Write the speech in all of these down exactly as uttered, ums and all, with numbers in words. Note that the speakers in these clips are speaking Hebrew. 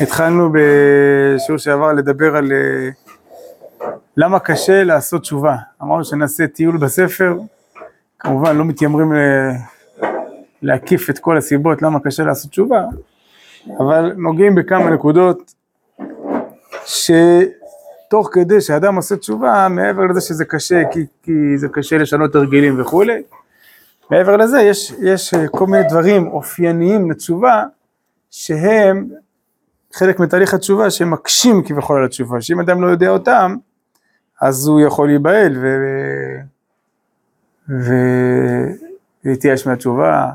התחלנו בשיעור שעבר לדבר על למה קשה לעשות תשובה. אמרנו שנעשה טיול בספר, כמובן לא מתיימרים להקיף את כל הסיבות למה קשה לעשות תשובה, אבל נוגעים בכמה נקודות שתוך כדי שאדם עושה תשובה, מעבר לזה שזה קשה, כי, כי זה קשה לשנות הרגלים וכו', מעבר לזה יש, יש כל מיני דברים אופייניים לתשובה, שהם חלק מתהליך התשובה שמקשים כביכול על התשובה, שאם אדם לא יודע אותם, אז הוא יכול להיבהל ו... ו... ולהתייאש מהתשובה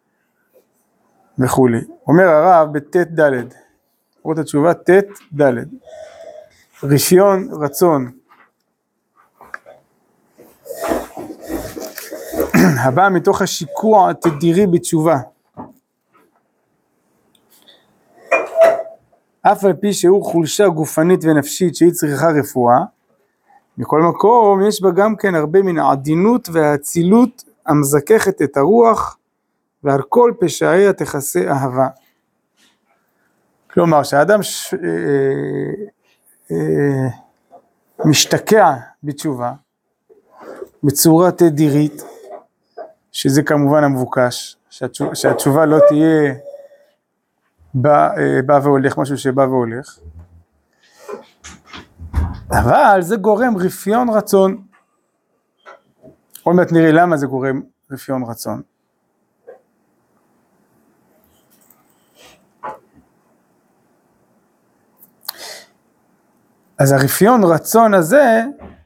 וכו'. אומר הרב בתת ד', רואה את התשובה תת ד', רפיון רצון, הבא מתוך השיקוע התדירי בתשובה, אף על פי שהוא חולשה גופנית ונפשית שהיא צריכה רפואה, מכל מקום יש בה גם כן הרבה מן העדינות והאצילות המזככת את הרוח, ועל כל פשעיה תכסה אהבה. כלומר, שהאדם ש... אה, אה, משתקע בתשובה, בצורה תדירית, שזה כמובן המבוקש, שהתשובה, שהתשובה לא תהיה בא, בא והולך, משהו שבא והולך, אבל זה גורם רפיון רצון. עוד מעט נראה למה זה גורם רפיון רצון. אז הרפיון רצון הזה,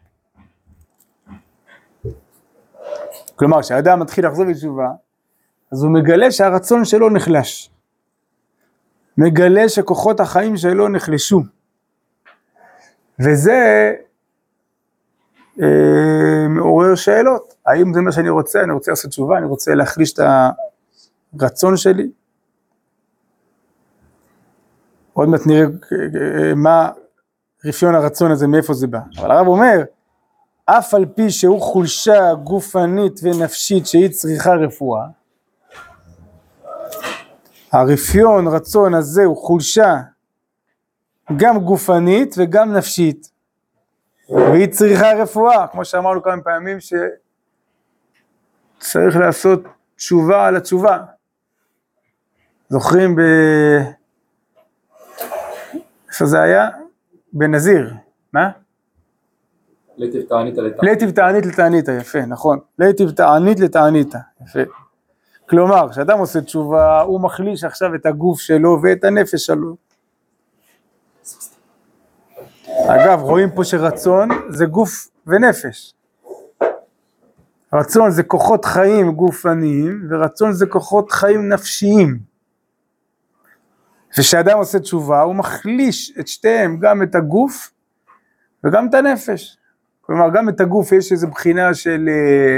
כלומר כשאדם מתחיל לחזור בתשובה, אז הוא מגלה שהרצון שלו נחלש, מגלה שכוחות החיים שלו נחלשו, וזה אה, מעורר שאלות. האם זה מה שאני רוצה? אני רוצה לעשות תשובה, אני רוצה להחליש את הרצון שלי. עוד מעט נראה אה, מה רפיון הרצון הזה, מאיפה זה בא. אבל הרב אומר, אף על פי שהוא חולשה גופנית ונפשית שהיא צריכה רפואה, הרפיון רצון הזה הוא חולשה גם גופנית וגם נפשית, והיא צריכה רפואה, כמו שאמרנו כמה פעמים שצריך לעשות תשובה על התשובה. זוכרים ב... איפה זה היה? בנזיר, מה? ליטיב תענית לתענית. ליטיב תענית לתענית, יפה, נכון. ליטיב תענית לתענית, יפה. כלומר, כשאדם עושה תשובה, הוא מחליש עכשיו את הגוף שלו ואת הנפש שלו. אגב, רואים פה שרצון זה גוף ונפש. רצון זה כוחות חיים גופניים, ורצון זה כוחות חיים נפשיים. וכשאדם עושה תשובה, הוא מחליש את שתיהם, גם את הגוף וגם את הנפש. כלומר, גם את הגוף יש איזו בחינה של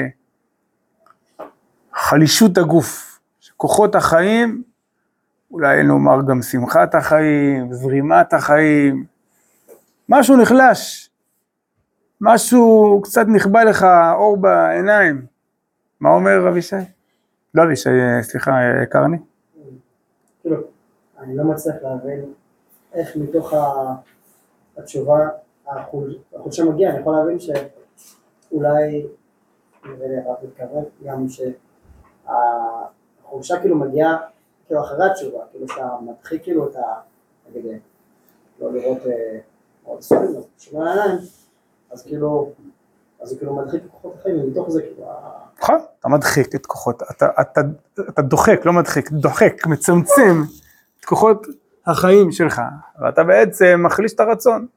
חלישות הגוף, שכוחות החיים, אולי נאמר גם שמחת החיים, זרימת החיים, משהו נחלש, משהו קצת נכבה לך אור בעיניים. מה אומר אבישי? לא אבישי, סליחה, קרני? כאילו, אני לא מצליח להבין איך מתוך התשובה החולשה מגיעה. אני יכול להבין שאולי, נראה לי הרב מתכוון, גם שהחולשה כאילו מגיעה כאילו אחרי התשובה, כאילו שאתה מתחיל כאילו את ה... נגיד, לא לראות עוד ספרים, אז תשובה לעיניים, אז כאילו, אז הוא כאילו מדחיק את כוחות החיים, ומתוך זה כאילו... נכון, אתה מדחיק את כוחות, אתה, אתה, אתה דוחק, לא מדחיק, דוחק, מצמצם את כוחות החיים שלך, ואתה בעצם מחליש את הרצון.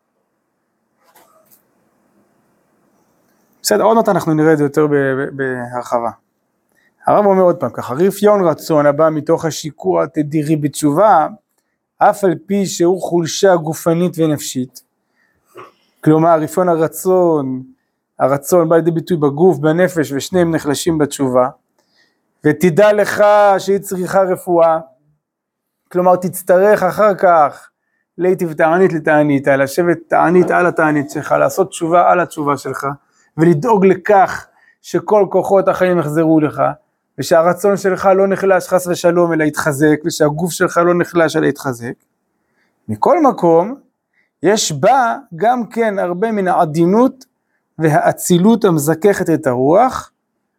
בסדר, עוד מעט אנחנו נראה את זה יותר בהרחבה. הרב אומר עוד פעם ככה, רפיון רצון הבא מתוך השיקוע התדירי בתשובה, אף על פי שהוא חולשה גופנית ונפשית, כלומר רפיון הרצון, הרצון בא לידי ביטוי בגוף, בנפש, ושניהם נחלשים בתשובה, ותדע לך שהיא צריכה רפואה, כלומר תצטרך אחר כך ליטיב תענית לתענית, לשבת תענית על התענית שלך, לעשות תשובה על התשובה שלך, ולדאוג לכך שכל כוחות החיים יחזרו לך, ושהרצון שלך לא נחלש חס ושלום אלא יתחזק, ושהגוף שלך לא נחלש אלא יתחזק, מכל מקום, יש בה גם כן הרבה מן העדינות והאצילות המזככת את הרוח,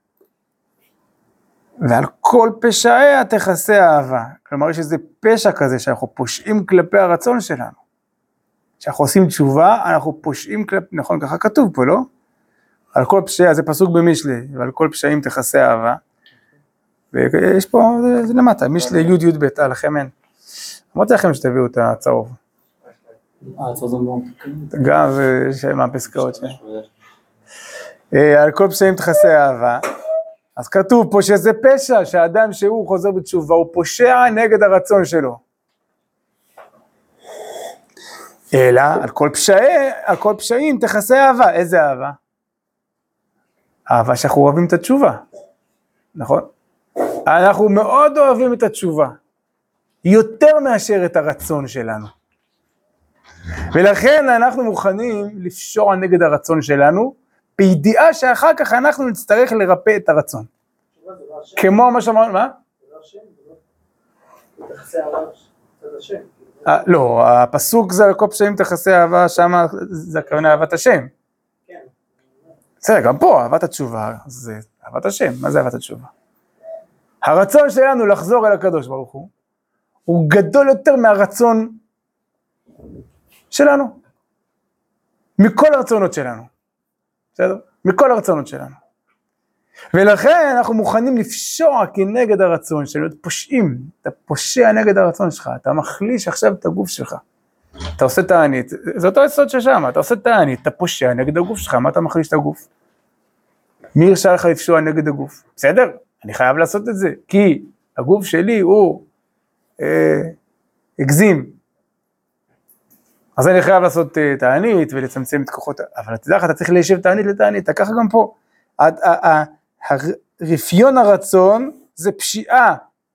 ועל כל פשעיה תכסה אהבה. כלומר, יש איזה פשע כזה שאנחנו פושעים כלפי הרצון שלנו. כשאנחנו עושים תשובה, אנחנו פושעים כלפי, נכון, ככה כתוב פה, לא? על כל פשעיה, זה פסוק במשלי, ועל כל פשעים תכסה אהבה. ויש פה, זה, זה למטה, משלי י' י' ב', אה, לכם אין. אמרתי לכם שתביאו את הצהוב. אה, הצהוב זה מאוד. גם, יש מהפסקאות שם. על כל פשעים תכסה אהבה. אז כתוב פה שזה פשע, שהאדם שהוא חוזר בתשובה, הוא פושע נגד הרצון שלו. אלא, על כל פשעי, על כל פשעים תכסה אהבה. איזה אהבה? אהבה שאנחנו אוהבים את התשובה. נכון? אנחנו מאוד אוהבים את התשובה. יותר מאשר את הרצון שלנו. ולכן אנחנו מוכנים לפשוע נגד הרצון שלנו, בידיעה שאחר כך אנחנו נצטרך לרפא את הרצון. כמו מה שאמרנו, מה? זה לא השם, זה לא תכסה אהבה, זה השם. לא, הפסוק זה על כל פשעים תכסה אהבה, שם זה הכוונה אהבת השם. כן. בסדר, גם פה אהבת התשובה, זה אהבת השם, מה זה אהבת התשובה? הרצון שלנו לחזור אל הקדוש ברוך הוא, הוא גדול יותר מהרצון שלנו. מכל הרצונות שלנו. בסדר? מכל הרצונות שלנו. ולכן אנחנו מוכנים לפשוע כנגד הרצון שלנו, להיות פושעים. אתה פושע נגד הרצון שלך, אתה מחליש עכשיו את הגוף שלך. אתה עושה תענית, זה אותו יסוד ששם, אתה עושה תענית, אתה פושע נגד הגוף שלך, מה אתה מחליש את הגוף? מי הרשה לך לפשוע נגד הגוף? בסדר? אני חייב לעשות את זה, כי הגוף שלי הוא אה, הגזים. אז אני חייב לעשות אה, תענית ולצמצם את כוחות, אבל אתה יודע, אתה צריך ליישב תענית לתענית, אתה ככה גם פה. הרפיון הרצון זה פשיעה.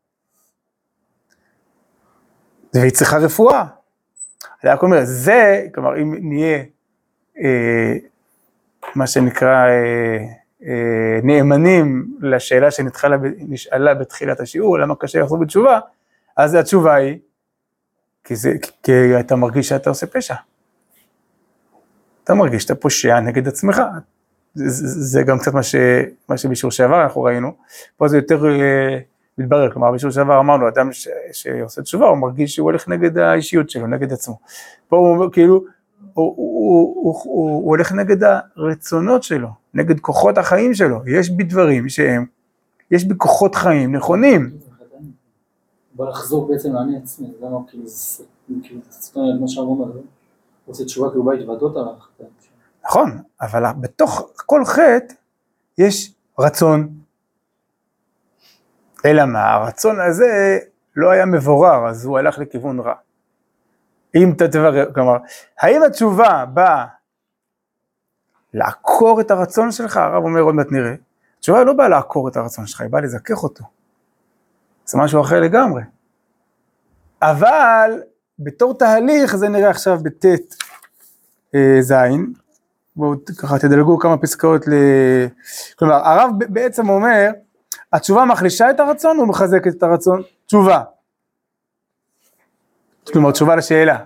והיא צריכה רפואה. אני רק אומר, זה, כלומר, אם נהיה, אה, מה שנקרא, אה, אה, נאמנים לשאלה שנשאלה בתחילת השיעור, למה קשה לחזור בתשובה, אז התשובה היא, כי, זה, כי אתה מרגיש שאתה עושה פשע. אתה מרגיש שאתה פושע נגד עצמך. זה, זה, זה גם קצת מה, ש, מה שבישור שעבר אנחנו ראינו. פה זה יותר אה, מתברר, כלומר, בישור שעבר אמרנו, אדם ש, שעושה תשובה, הוא מרגיש שהוא הולך נגד האישיות שלו, נגד עצמו. פה הוא אומר, כאילו, הוא, הוא, הוא, הוא, הוא, הוא הולך נגד הרצונות שלו, נגד כוחות החיים שלו. יש בי דברים שהם, יש בי כוחות חיים נכונים. בא לחזור בעצם לעני עצמי, זה למה כאילו, כאילו, תצטון על מה שהרב אומר, הוא עושה תשובה כאילו בא התוודות על החטא. נכון, אבל בתוך כל חטא יש רצון. אלא מה, הרצון הזה לא היה מבורר, אז הוא הלך לכיוון רע. אם תתברר, כלומר, האם התשובה באה לעקור את הרצון שלך? הרב אומר עוד מעט נראה, התשובה לא באה לעקור את הרצון שלך, היא באה לזכך אותו. זה משהו אחר לגמרי. אבל בתור תהליך, זה נראה עכשיו בתת אה, זין, בואו ככה תדלגו כמה פסקאות ל... כלומר, הרב בעצם אומר, התשובה מחלישה את הרצון, הוא מחזק את הרצון? תשובה. כלומר, תשובה לשאלה.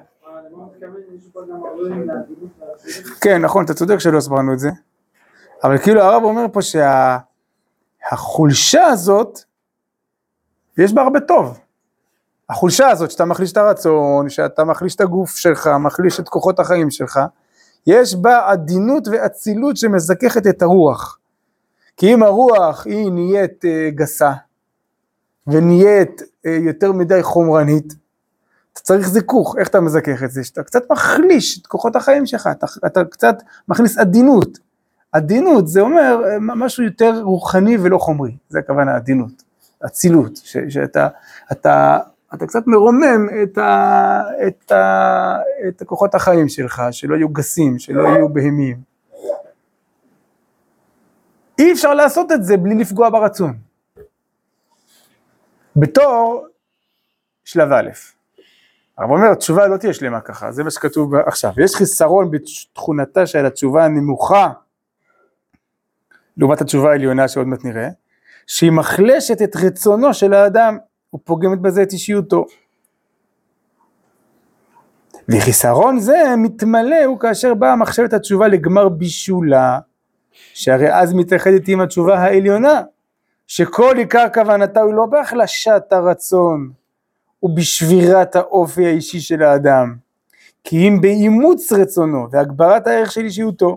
כן, נכון, אתה צודק שלא הסברנו את זה. אבל כאילו הרב אומר פה שהחולשה הזאת, יש בה הרבה טוב. החולשה הזאת, שאתה מחליש את הרצון, שאתה מחליש את הגוף שלך, מחליש את כוחות החיים שלך, יש בה עדינות ואצילות שמזככת את הרוח. כי אם הרוח היא נהיית uh, גסה, ונהיית uh, יותר מדי חומרנית, אתה צריך זיכוך. איך אתה מזכך את זה? שאתה קצת מחליש את כוחות החיים שלך, אתה, אתה קצת מכניס עדינות. עדינות זה אומר uh, משהו יותר רוחני ולא חומרי, זה הכוונה עדינות, אצילות, ש, שאתה אתה, אתה קצת מרומם את, ה, את, ה, את כוחות החיים שלך, שלא יהיו גסים, שלא יהיו בהמיים. אי אפשר לעשות את זה בלי לפגוע ברצון. בתור שלב א', הרב אומר, התשובה לא תהיה שלמה ככה, זה מה שכתוב עכשיו. יש חיסרון בתכונתה של התשובה הנמוכה, לעומת התשובה העליונה שעוד מעט נראה, שהיא מחלשת את רצונו של האדם, ופוגמת בזה את אישיותו. וחיסרון זה מתמלא הוא כאשר באה מחשבת התשובה לגמר בישולה, שהרי אז מתאחדת עם התשובה העליונה, שכל עיקר כוונתה הוא לא בהחלשת הרצון, ובשבירת האופי האישי של האדם, כי אם באימוץ רצונו והגברת הערך של אישיותו.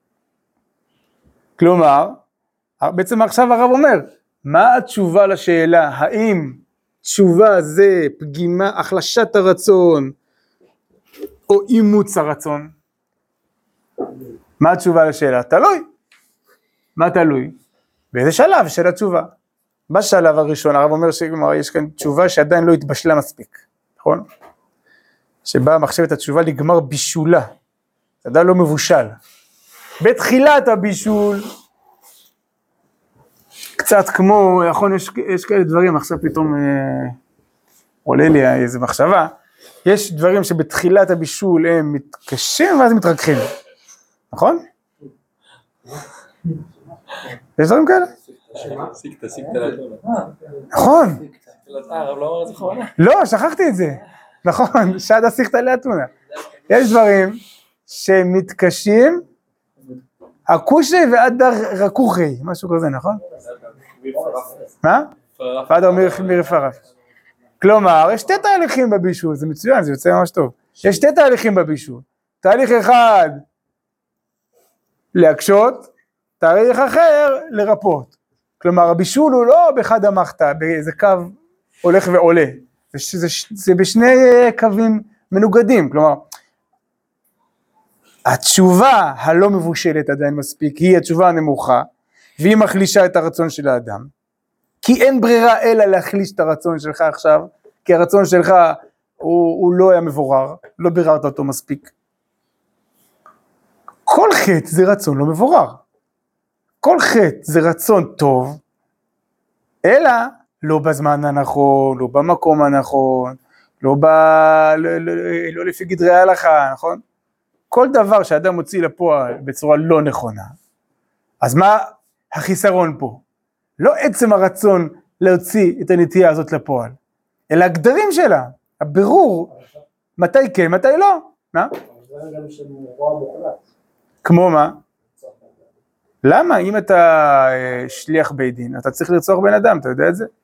כלומר, בעצם עכשיו הרב אומר, מה התשובה לשאלה, האם תשובה זה פגימה, החלשת הרצון, או אימוץ הרצון? מה התשובה לשאלה? תלוי. מה תלוי? באיזה שלב של התשובה? בשלב הראשון, הרב אומר שיש כאן תשובה שעדיין לא התבשלה מספיק, נכון? שבה מחשבת התשובה לגמר בישולה, זה עדיין לא מבושל. בתחילת הבישול, קצת כמו, נכון, יש, יש כאלה דברים, עכשיו פתאום אה, עולה לי איזו מחשבה, יש דברים שבתחילת הבישול הם מתקשים ואז מתרככים, נכון? יש דברים כאלה? סיקטה, סיקטה לאתונה. נכון. הרב לא אומר את זה חרונה. לא, שכחתי את זה. נכון, שדה סיקטה לאתונה. יש דברים שמתקשים, הקושי ועד הרקוחי, משהו כזה, נכון? מה? ועד מרפרף. כלומר, יש שתי תהליכים בבישול, זה מצוין, זה יוצא ממש טוב. יש שתי תהליכים בבישול. תהליך אחד, להקשות, תהליך אחר, לרפות. כלומר, הבישול הוא לא בחד המחתה, באיזה קו הולך ועולה. זה, זה, זה בשני קווים מנוגדים. כלומר, התשובה הלא מבושלת עדיין מספיק, היא התשובה הנמוכה, והיא מחלישה את הרצון של האדם. כי אין ברירה אלא להחליש את הרצון שלך עכשיו, כי הרצון שלך הוא, הוא לא היה מבורר, לא ביררת אותו מספיק. כל חטא זה רצון לא מבורר. כל חטא זה רצון טוב, אלא לא בזמן הנכון, לא במקום הנכון, לא, ב... לא, לא, לא לפי גדרי ההלכה, נכון? כל דבר שאדם מוציא לפועל בצורה לא נכונה, אז מה החיסרון פה? לא עצם הרצון להוציא את הנטייה הזאת לפועל, אלא הגדרים שלה, הבירור, מתי כן, מתי לא. מה? זה גם שמורא מוחלט. כמו מה? למה? אם אתה שליח בית דין, אתה צריך לרצוח בן אדם, אתה יודע את זה?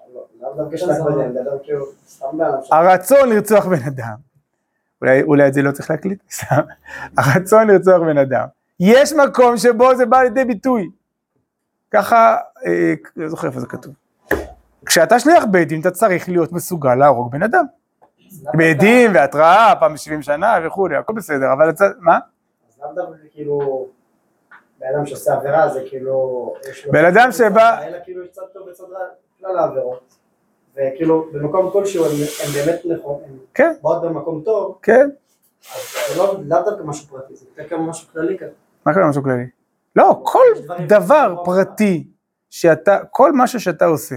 הרצון לרצוח בן אדם, אולי, אולי את זה לא צריך להקליט, הרצון לרצוח בן אדם, יש מקום שבו זה בא לידי ביטוי, ככה, אה, לא זוכר איפה זה כתוב, כשאתה שליח בית דין, אתה צריך להיות מסוגל להרוג בן אדם, בית דין והתראה, פעם שבעים שנה וכו', הכל בסדר, אבל אתה, מה? אז למה דווקא כאילו, בן אדם שעושה עבירה זה כאילו, בן אדם שבא, אלא כאילו יש צד טוב וצד רע, כלל העבירות, וכאילו במקום כלשהו הם באמת נכון, הם באות במקום טוב, כן, אז זה לא דווקא משהו פרטי, זה יותר כמו משהו כללי כזה. מה קרה משהו כללי? לא, כל דבר פרטי שאתה, כל משהו שאתה עושה,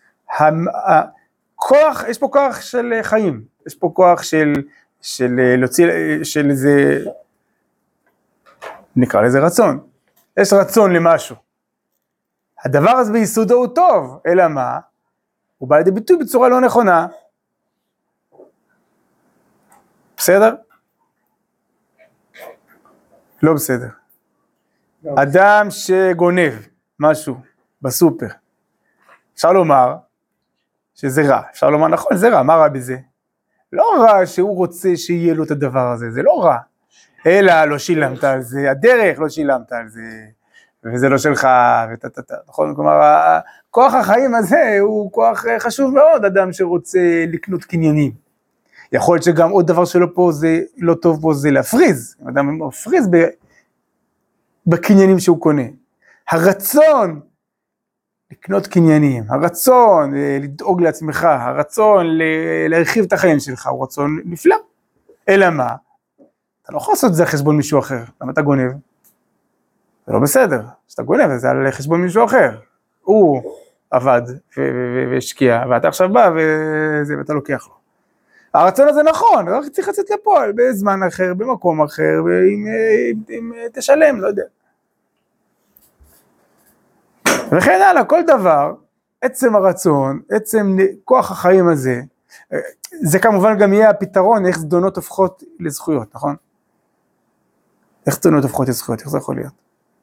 הכוח, יש פה כוח של חיים, יש פה כוח של, של להוציא, של איזה, נקרא לזה רצון, יש רצון למשהו. הדבר הזה ביסודו הוא טוב, אלא מה? הוא בא לידי ביטוי בצורה לא נכונה. בסדר? לא בסדר. אדם שגונב משהו בסופר, אפשר לומר שזה רע, אפשר לומר נכון, זה רע, מה רע בזה? לא רע שהוא רוצה שיהיה לו את הדבר הזה, זה לא רע, אלא לא שילמת על זה, הדרך לא שילמת על זה, וזה לא שלך, ותתתת, נכון? כלומר, כוח החיים הזה הוא כוח חשוב מאוד, אדם שרוצה לקנות קניינים. יכול להיות שגם עוד דבר שלו פה זה לא טוב בו, זה להפריז, אדם מפריז ב... בקניינים שהוא קונה. הרצון לקנות קניינים, הרצון לדאוג לעצמך, הרצון להרחיב את החיים שלך, הוא רצון נפלא. אלא מה? אתה לא יכול לעשות את זה על חשבון מישהו אחר. למה אתה גונב? זה לא בסדר. שאתה גונב, זה על חשבון מישהו אחר. הוא עבד והשקיע, ואתה עכשיו בא וזה, ואתה לוקח לו. הרצון הזה נכון, רק צריך לצאת לפועל, בזמן אחר, במקום אחר, ואם תשלם, לא יודע. וכן הלאה, כל דבר, עצם הרצון, עצם כוח החיים הזה, זה כמובן גם יהיה הפתרון, איך זדונות הופכות לזכויות, נכון? איך זדונות הופכות לזכויות, איך זה יכול להיות?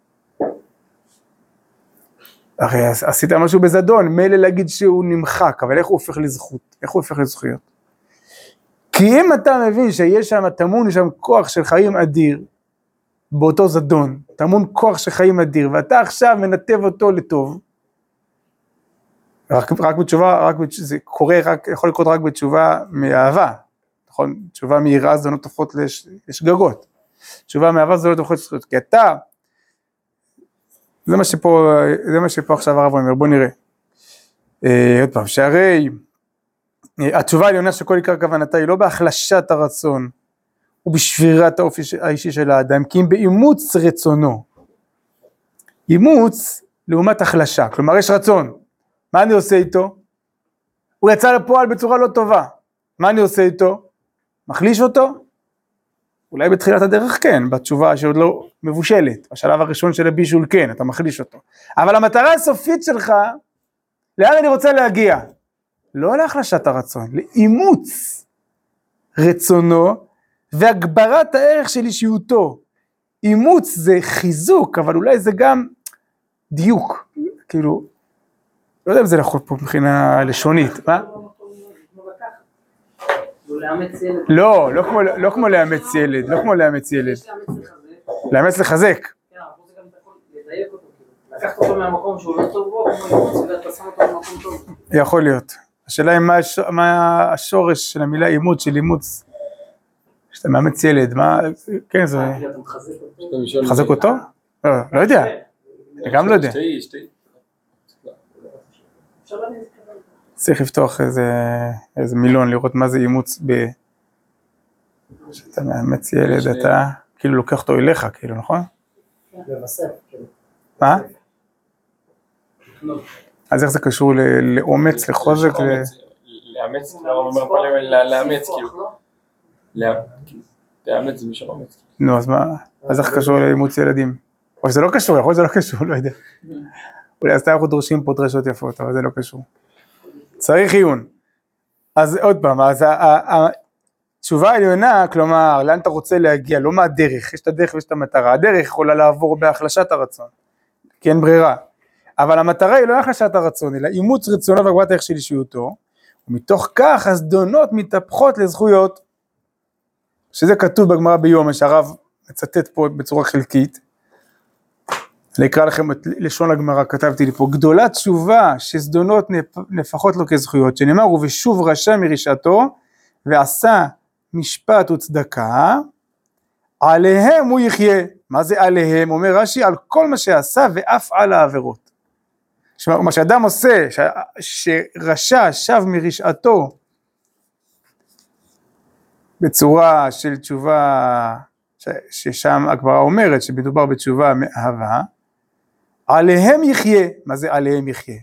הרי עשית משהו בזדון, מילא להגיד שהוא נמחק, אבל איך הוא הופך לזכות? איך הוא הופך לזכויות? כי אם אתה מבין שיש שם, טמון שם כוח של חיים אדיר, באותו זדון, טמון כוח של חיים אדיר, ואתה עכשיו מנתב אותו לטוב, רק, רק בתשובה, רק בתשובה, זה קורה, רק, יכול לקרות רק בתשובה מאהבה, נכון? תשובה מיראה זדונות הופכות לש, לשגגות, תשובה מאהבה זדונות הופכות לשגגות, כי אתה, זה מה שפה, זה מה שפה עכשיו הרב אומר, בוא נראה. אה, עוד פעם, שהרי אה, התשובה העליונה שכל עיקר כוונתה היא לא בהחלשת הרצון, ובשבירת האופי האישי של האדם, כי אם באימוץ רצונו, אימוץ לעומת החלשה, כלומר יש רצון, מה אני עושה איתו? הוא יצא לפועל בצורה לא טובה, מה אני עושה איתו? מחליש אותו? אולי בתחילת הדרך כן, בתשובה שעוד לא מבושלת, בשלב הראשון של הבישול כן, אתה מחליש אותו. אבל המטרה הסופית שלך, לאן אני רוצה להגיע? לא להחלשת הרצון, לאימוץ רצונו, והגברת הערך של אישיותו. אימוץ זה חיזוק, אבל אולי זה גם דיוק, כאילו, לא יודע אם זה נכון פה מבחינה לשונית, מה? לא, לא כמו, לא כמו לאמץ ילד, לא כמו לאמץ ילד. לאמץ לחזק. לקחת אותו מהמקום שהוא לא טוב בו, כמו אימוץ, ואתה שם אותו במקום טוב. יכול להיות. השאלה היא מה השורש של המילה אימוץ, של אימוץ. שאתה מאמץ ילד, מה, כן זה... מחזק אותו? לא, לא יודע. אני גם לא יודע. צריך לפתוח איזה מילון, לראות מה זה אימוץ ב... שאתה מאמץ ילד, אתה כאילו לוקח אותו אליך, כאילו, נכון? מה? אז איך זה קשור לאומץ, לחוזק? לאמץ, לאמץ, כאילו. לאמץ זה מי שאומץ. נו, אז מה? אז איך קשור לאימוץ ילדים? או שזה לא קשור, יכול להיות שזה לא קשור, לא יודע. אולי אז אנחנו דורשים פה דרשות יפות, אבל זה לא קשור. צריך עיון. אז עוד פעם, אז התשובה העליונה, כלומר, לאן אתה רוצה להגיע? לא מה הדרך, יש את הדרך ויש את המטרה. הדרך יכולה לעבור בהחלשת הרצון, כי אין ברירה. אבל המטרה היא לא החלשת הרצון, אלא אימוץ רצונו והגברת הערך של אישיותו, ומתוך כך הזדונות מתהפכות לזכויות, שזה כתוב בגמרא ביומש, הרב מצטט פה בצורה חלקית, אני אקרא לכם את לשון הגמרא, כתבתי לי פה, גדולה תשובה שזדונות נפחות לו כזכויות, שנאמר, ובשוב רשע מרשעתו, ועשה משפט וצדקה, עליהם הוא יחיה. מה זה עליהם? אומר רש"י, על כל מה שעשה ואף על העבירות. מה שאדם עושה, שרשע שב מרשעתו, בצורה של תשובה, ששם הגמרא אומרת, שמדובר בתשובה מאהבה, עליהם יחיה. מה זה עליהם יחיה?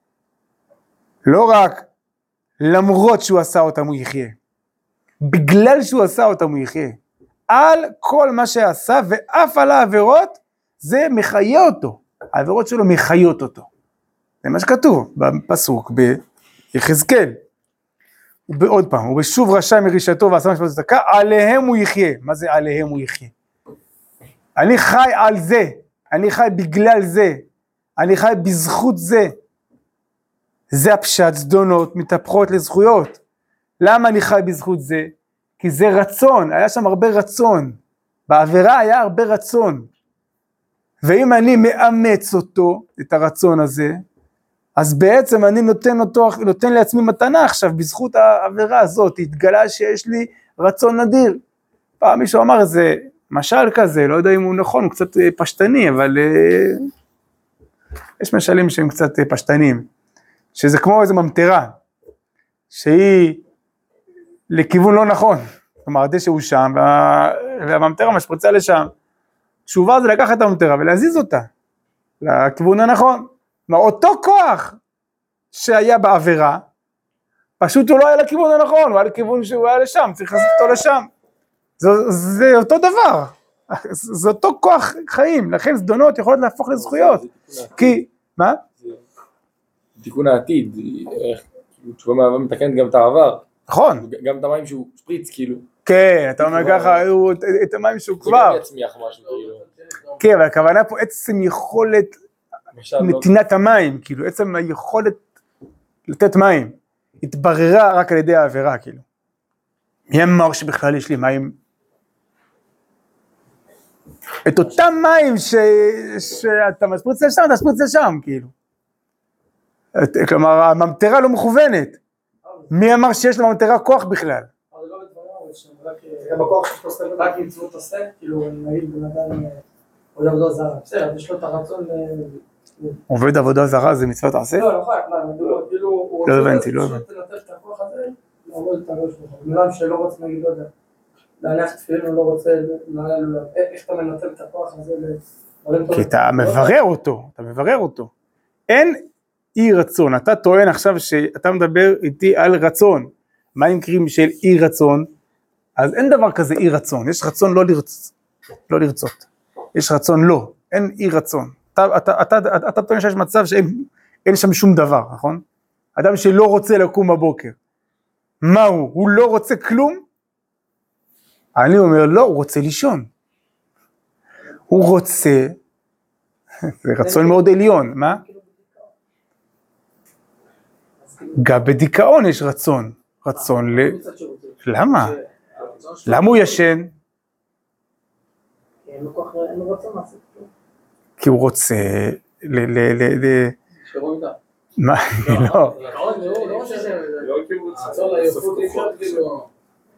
לא רק למרות שהוא עשה אותם הוא יחיה, בגלל שהוא עשה אותם הוא יחיה. על כל מה שעשה ואף על העבירות, זה מחיה אותו. העבירות שלו מחיות אותו. זה מה שכתוב בפסוק ביחזקאל. עוד פעם, הוא בשוב רשע מרשעתו ועשה משפט וצדקה, עליהם הוא יחיה. מה זה עליהם הוא יחיה? אני חי על זה, אני חי בגלל זה, אני חי בזכות זה. זה הפשט, זדונות מתהפכות לזכויות. למה אני חי בזכות זה? כי זה רצון, היה שם הרבה רצון. בעבירה היה הרבה רצון. ואם אני מאמץ אותו, את הרצון הזה, אז בעצם אני נותן אותו, נותן לעצמי מתנה עכשיו, בזכות העבירה הזאת, התגלה שיש לי רצון נדיר. פעם מישהו אמר איזה משל כזה, לא יודע אם הוא נכון, הוא קצת פשטני, אבל יש משלים שהם קצת פשטניים, שזה כמו איזו ממטרה, שהיא לכיוון לא נכון, כלומר, הדשא הוא שם, והממטרה משפריצה לשם. תשובה זה לקחת את הממטרה ולהזיז אותה, לכיוון הנכון. כלומר, אותו כוח שהיה בעבירה, פשוט הוא לא היה לכיוון הנכון, הוא היה לכיוון שהוא היה לשם, צריך לעשות אותו לשם. זה, זה אותו דבר, זה אותו כוח חיים, לכן זדונות יכולות להפוך לזכויות. כי, מה? תיקון העתיד, תשובה מאהבה מתקנת גם את העבר. נכון. גם את המים שהוא שפריץ, כאילו. כן, אתה אומר ככה, הוא- את המים שהוא זה כבר. גם יצמיח משהו, כאילו. כן, אבל הכוונה פה עצם יכולת למשל, לא- נתינת המים, כאילו, עצם היכולת לתת מים, התבררה רק על ידי העבירה, כאילו. מי אמר שבכלל יש לי מים? את אותם מים ש... שאתה מספריץ לשם, אתה מספריץ לשם, כאילו. את- כלומר, הממטרה לא מכוונת. מי אמר שיש לממטרה כוח בכלל? אבל זה לא בדברים, אבל שם רק... גם בכוח שאתה עושה רק מצוות עושה, כאילו, נגיד בן אדם עולה עבודה זרה, בסדר, יש לו את הרצון ל... עובד עבודה זרה זה מצוות עשה? לא, נכון, כאילו, הוא לא רוצה הבנתי, לא פשוט לנתב את הכוח הזה, לעבוד את הראש שלו. בן אדם שלא רוצה, נגיד, לא יודע, להניח תפילין, הוא לא רוצה, איך אתה מנתב את הכוח הזה ל... כי אתה מברר אותו, אתה מברר אותו. אין אי רצון, אתה טוען עכשיו שאתה מדבר איתי על רצון. מה המקרים של אי רצון? אז אין דבר כזה אי רצון, יש רצון לא לרצות, לא לרצות. יש רצון לא, אין אי רצון. אתה, אתה, אתה, אתה, אתה טוען שיש מצב שאין אין שם שום דבר, נכון? אדם שלא רוצה לקום בבוקר. מה הוא? הוא לא רוצה כלום? אני אומר לא, הוא רוצה לישון. הוא רוצה, זה רצון מאוד עליון, מה? גם בדיכאון יש רצון, רצון ל... למה? למה הוא ישן? אין לו כוח, אין לו רצון לעשות כלום. כי הוא רוצה ל... ל... ל... ל... שרוב איתה. מה? לא. לא רוצה שזה... לא כאילו רצון, רצון לעייפות, אי אפשר כאילו...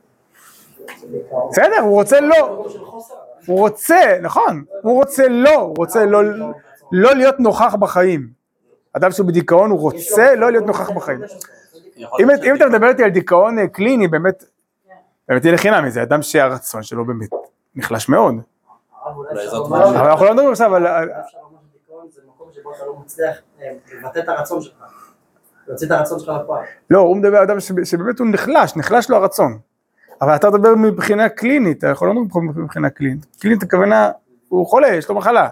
בסדר, הוא רוצה לא. הוא רוצה, נכון, הוא רוצה לא, הוא רוצה לא, לא להיות נוכח בחיים. אדם שהוא בדיכאון, הוא רוצה לא להיות נוכח בחיים. אם, אם אתה מדבר איתי על דיכאון קליני, באמת, באמת יהיה לחינם מזה, אדם שהרצון שלו באמת נחלש מאוד. אבל אנחנו לא מדברים עכשיו על... אפשר לומר שדיכאון זה מקום שבו אתה לא מצליח לבטא את הרצון שלך, להוציא את הרצון שלך לפועל. לא, הוא מדבר על אדם שבאמת הוא נחלש, נחלש לו הרצון. אבל אתה מדבר מבחינה קלינית, אתה יכול לומר מבחינה קלינית. קלינית הכוונה, הוא חולה, יש לו מחלה.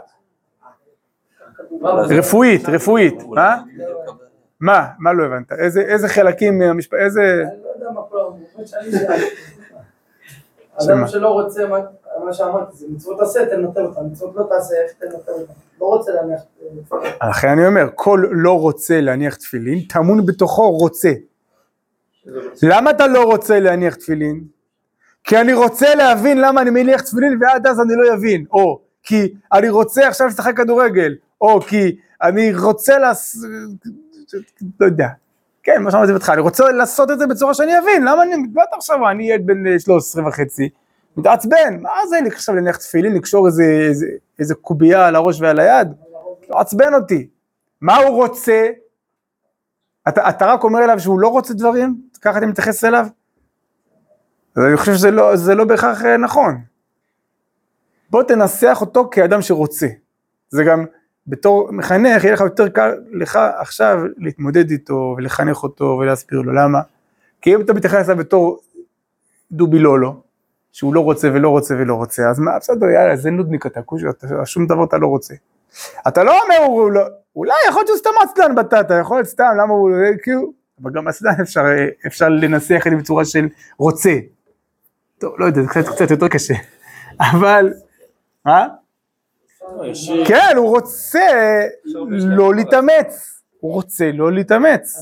רפואית, רפואית, מה? מה? מה לא הבנת? איזה, איזה חלקים מהמשפט, איזה... אני לא יודע מה פה, אני חושב שאני יודע. אדם שלא רוצה, מה שאמרתי, זה מצוות תעשה, תנתב אותה, מצוות לא תעשה, איך תנתב אותה. לא רוצה להניח תפילין. לכן אני אומר, כל לא רוצה להניח תפילין, טמון בתוכו רוצה. למה אתה לא רוצה להניח תפילין? כי אני רוצה להבין למה אני מניח תפילין ועד אז אני לא יבין, או כי אני רוצה עכשיו לשחק כדורגל, או כי אני רוצה לעשות, לא יודע, כן, מה שאמרתי בתך, אני רוצה לעשות את זה בצורה שאני אבין, למה אני מתבט עכשיו, אני ילד בן שלוש עשרה וחצי, מתעצבן, מה זה לי עכשיו להניח תפילין, לקשור איזה, איזה, איזה קובייה על הראש ועל היד, לא עצבן אותי, מה הוא רוצה? אתה, אתה רק אומר אליו שהוא לא רוצה דברים, ככה אתה מתייחס אליו? אז אני חושב שזה לא, זה לא בהכרח נכון. בוא תנסח אותו כאדם שרוצה. זה גם בתור מחנך, יהיה לך יותר קל לך עכשיו להתמודד איתו ולחנך אותו ולהסביר לו. למה? כי אם אתה מתייחס אליו בתור דובי לולו, שהוא לא רוצה ולא רוצה ולא רוצה, אז מה, בסדר, יאללה, זה נודניק אתה, שום דבר אתה לא רוצה. אתה לא אומר, הוא לא, אולי יכול להיות שהוא סתם עצלן בטטה, יכול להיות סתם, למה הוא, כאילו, אבל גם עצלן אפשר, אפשר לנסח את זה בצורה של רוצה. טוב, לא יודע, זה קצת, קצת יותר קשה, אבל, מה? כן, הוא רוצה לא להתאמץ, הוא רוצה לא להתאמץ.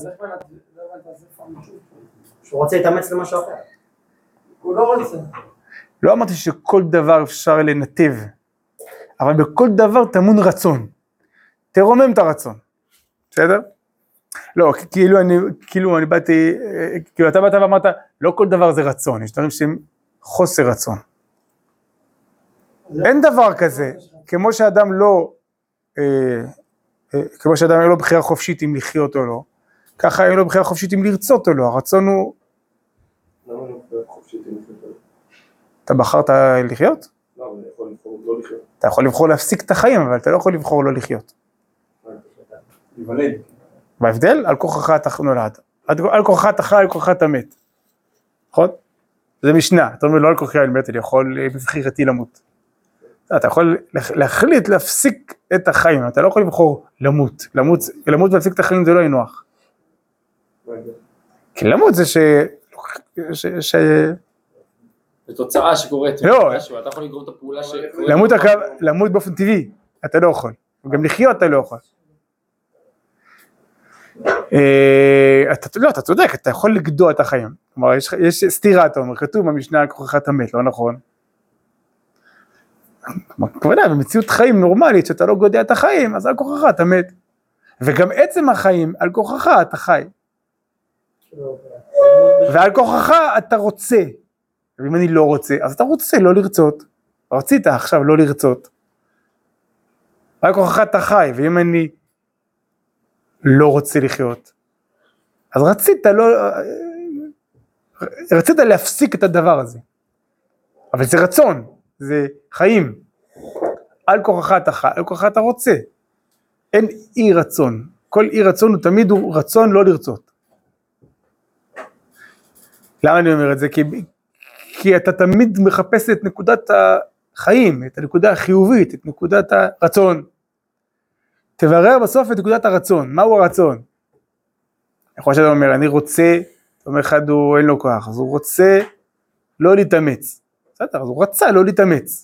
שהוא רוצה להתאמץ למשהו אחר. הוא לא רוצה. לא אמרתי שכל דבר אפשר לנתב, אבל בכל דבר טמון רצון, תרומם את הרצון, בסדר? לא, כאילו אני, כאילו אני באתי, כאילו אתה באת ואמרת, לא כל דבר זה רצון, יש דברים שהם חוסר רצון. אין דבר כזה, כמו שאדם לא, אה, אה, כמו שאדם אין לו בחירה חופשית אם לחיות או לא, ככה אין לו בחירה חופשית אם לרצות או לא, הרצון הוא... למה לא בחירה חופשית אם לחיות או לא? אתה בחרת לחיות? לא, אבל אני יכול לבחור לא לחיות. אתה יכול לבחור להפסיק את החיים, אבל אתה לא יכול לבחור לא לחיות. להיוולד. בהבדל, על כוחך אתה נולד, על כוחך אתה חי, על כוחך אתה מת. נכון? זה משנה, אתה אומר לא על כוחי אני מת, אני יכול בבחירתי למות. אתה יכול להחליט להפסיק את החיים, אתה לא יכול לבחור למות, למות, למות ולהפסיק את החיים זה לא ינוח. כי למות זה שלוקחים ש... ש... זו תוצאה שקורית. לא. משהו, אתה יכול לגרום את הפעולה ש... למות, הקו... למות באופן טבעי, אתה לא יכול. גם לחיות אתה לא יכול. אתה, לא, אתה צודק, אתה יכול לגדוע את החיים. כלומר, יש, יש סתירה, אתה אומר, כתוב במשנה על כוחך אתה מת, לא נכון? כמובן, במציאות חיים נורמלית, שאתה לא גודע את החיים, אז על כוחך אתה מת. וגם עצם החיים, על כוחך אתה חי. ועל כוחך אתה רוצה. ואם אני לא רוצה, אז אתה רוצה לא לרצות. רצית עכשיו לא לרצות. על כוחך אתה חי, ואם אני לא רוצה לחיות, אז רצית לא, רצית להפסיק את הדבר הזה. אבל זה רצון, זה חיים. על כוחך אתה חי, על כוחך אתה רוצה. אין אי רצון. כל אי רצון הוא תמיד הוא רצון לא לרצות. למה אני אומר את זה? כי, כי אתה תמיד מחפש את נקודת החיים, את הנקודה החיובית, את נקודת הרצון. תברר בסוף את נקודת הרצון. מהו הרצון? יכול שאתה אומר, אני רוצה, זאת אומרת אחד הוא אין לו כוח, אז הוא רוצה לא להתאמץ. בסדר, אז הוא רצה לא להתאמץ.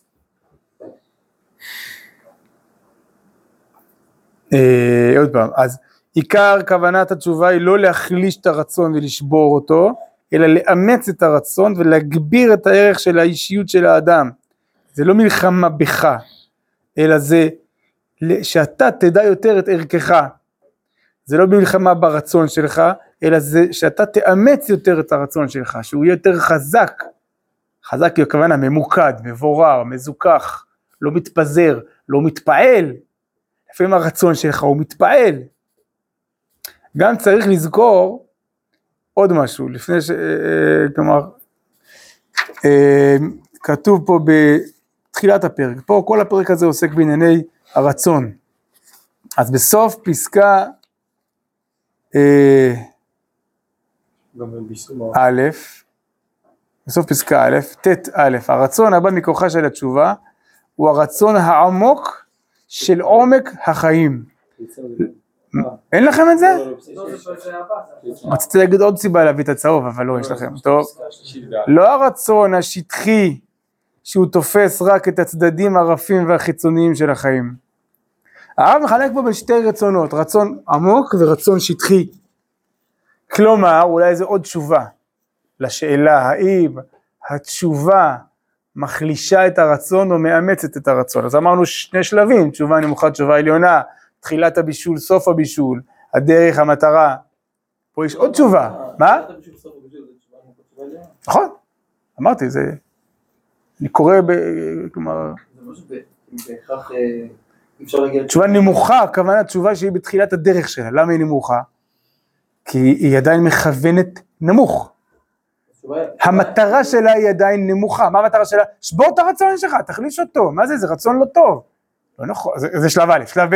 אה, עוד פעם, אז עיקר כוונת התשובה היא לא להחליש את הרצון ולשבור אותו, אלא לאמץ את הרצון ולהגביר את הערך של האישיות של האדם. זה לא מלחמה בך, אלא זה שאתה תדע יותר את ערכך. זה לא מלחמה ברצון שלך, אלא זה שאתה תאמץ יותר את הרצון שלך, שהוא יהיה יותר חזק. חזק היא הכוונה ממוקד, מבורר, מזוכח, לא מתפזר, לא מתפעל. לפעמים הרצון שלך הוא מתפעל. גם צריך לזכור עוד משהו, לפני ש... כלומר, כתוב פה בתחילת הפרק, פה כל הפרק הזה עוסק בענייני הרצון. אז בסוף פסקה א', בסוף פסקה א', ת' א', הרצון הבא מכוחה של התשובה, הוא הרצון העמוק של עומק החיים. אין לכם את זה? רציתי להגיד עוד סיבה להביא את הצהוב, אבל לא, יש לכם. טוב. לא הרצון השטחי, שהוא תופס רק את הצדדים הרפים והחיצוניים של החיים. הרב מחלק פה בין שתי רצונות, רצון עמוק ורצון שטחי. כלומר, אולי זה עוד תשובה לשאלה, האם התשובה מחלישה את הרצון או מאמצת את הרצון. אז אמרנו שני שלבים, תשובה נמוכה, תשובה עליונה, תחילת הבישול, סוף הבישול, הדרך, המטרה. פה יש עוד תשובה. מה? נכון, אמרתי, זה... אני קורא ב... כלומר... זה משהו בהכרח... אפשר להגיד... תשובה נמוכה, הכוונה תשובה שהיא בתחילת הדרך שלה. למה היא נמוכה? כי היא עדיין מכוונת נמוך. המטרה שלה היא עדיין נמוכה. מה המטרה שלה? שבור את הרצון שלך, תחליש אותו. מה זה? זה רצון לא טוב. לא נכון, זה, זה שלב א', שלב ב'.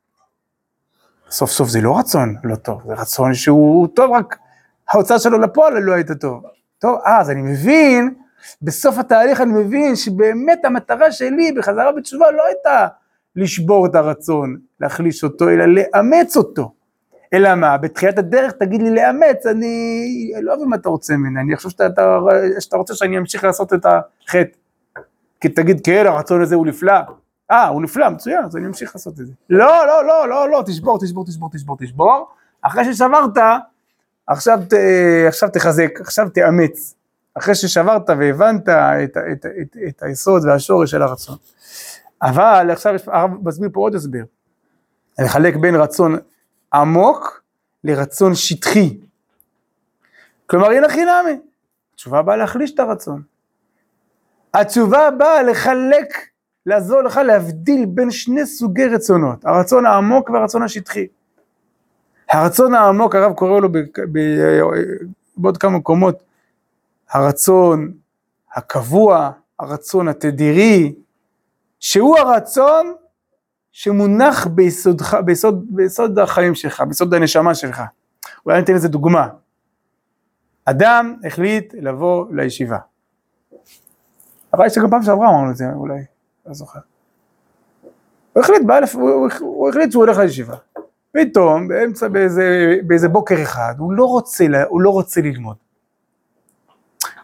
סוף סוף זה לא רצון לא טוב, זה רצון שהוא טוב, רק ההוצאה שלו לפועל לא הייתה טוב. טוב, אז אני מבין, בסוף התהליך אני מבין שבאמת המטרה שלי בחזרה בתשובה לא הייתה לשבור את הרצון, להחליש אותו, אלא לאמץ אותו. אלא מה? בתחילת הדרך תגיד לי לאמץ, אני לא אוהב מה אתה רוצה ממני, אני חושב שאתה, אתה, שאתה רוצה שאני אמשיך לעשות את החטא. כי תגיד, כן, הרצון הזה הוא נפלא. אה, הוא נפלא, מצוין, אז אני אמשיך לעשות את זה. לא, לא, לא, לא, לא, תשבור, תשבור, תשבור, תשבור, תשבור. אחרי ששברת, עכשיו, עכשיו תחזק, עכשיו תאמץ. אחרי ששברת והבנת את, את, את, את היסוד והשורש של הרצון. אבל עכשיו הרב מסביר פה עוד הסבר. אני מחלק בין רצון עמוק לרצון שטחי. כלומר, הנה חינמי. התשובה באה להחליש את הרצון. התשובה באה לחלק, לעזור לך להבדיל בין שני סוגי רצונות. הרצון העמוק והרצון השטחי. הרצון העמוק, הרב קורא לו בעוד כמה מקומות, הרצון הקבוע, הרצון התדירי, שהוא הרצון שמונח ביסודך, ביסוד, ביסוד החיים שלך, ביסוד הנשמה שלך. אולי ניתן לזה דוגמה. אדם החליט לבוא לישיבה. אבל יש גם פעם שעברה אמרנו את זה, אולי, לא זוכר. הוא החליט, באלף, הוא, הוא החליט שהוא הולך לישיבה. פתאום, באמצע, באיזה, באיזה בוקר אחד, הוא לא רוצה, הוא לא רוצה ללמוד.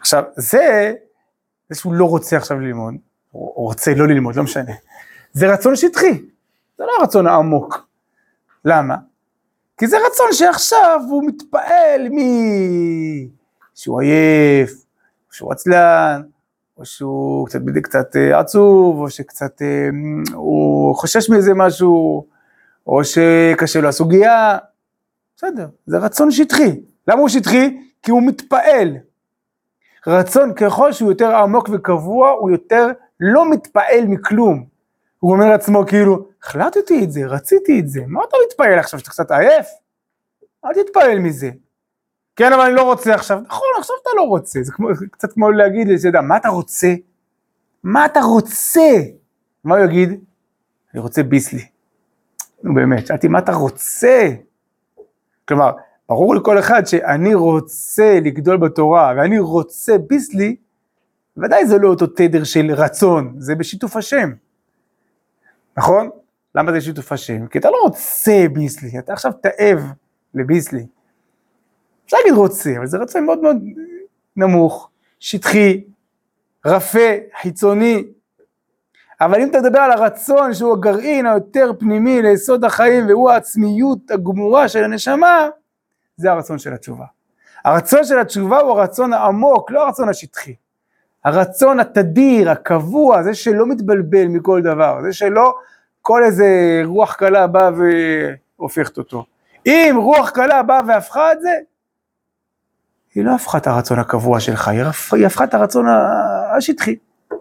עכשיו, זה, זה שהוא לא רוצה עכשיו ללמוד, או רוצה לא ללמוד, לא משנה. זה רצון שטחי, זה לא הרצון העמוק. למה? כי זה רצון שעכשיו הוא מתפעל מ... שהוא עייף, או שהוא עצלן, או שהוא קצת בדיוק קצת עצוב, או שקצת הוא חושש מאיזה משהו, או שקשה לו הסוגיה. בסדר, זה רצון שטחי. למה הוא שטחי? כי הוא מתפעל. רצון ככל שהוא יותר עמוק וקבוע, הוא יותר לא מתפעל מכלום. הוא אומר לעצמו כאילו, החלטתי את זה, רציתי את זה, מה אתה מתפעל עכשיו, שאתה קצת עייף? אל תתפעל מזה. כן, אבל אני לא רוצה עכשיו. נכון, עכשיו אתה לא רוצה. זה כמו, קצת כמו להגיד לי, שידע, מה אתה רוצה? מה אתה רוצה? מה הוא יגיד? אני רוצה ביסלי. נו באמת, שאלתי, מה אתה רוצה? כלומר, ברור לכל אחד שאני רוצה לגדול בתורה, ואני רוצה ביסלי, ודאי זה לא אותו תדר של רצון, זה בשיתוף השם. נכון? למה זה שיתוף השם? כי אתה לא רוצה ביסלי, אתה עכשיו תאב לביסלי. אפשר להגיד רוצה, אבל זה רצון מאוד מאוד נמוך, שטחי, רפה, חיצוני. אבל אם אתה מדבר על הרצון שהוא הגרעין היותר פנימי ליסוד החיים, והוא העצמיות הגמורה של הנשמה, זה הרצון של התשובה. הרצון של התשובה הוא הרצון העמוק, לא הרצון השטחי. הרצון התדיר, הקבוע, זה שלא מתבלבל מכל דבר, זה שלא כל איזה רוח קלה באה והופכת אותו. אם רוח קלה באה והפכה את זה, היא לא הפכה את הרצון הקבוע שלך, היא הפכה את הרצון השטחי.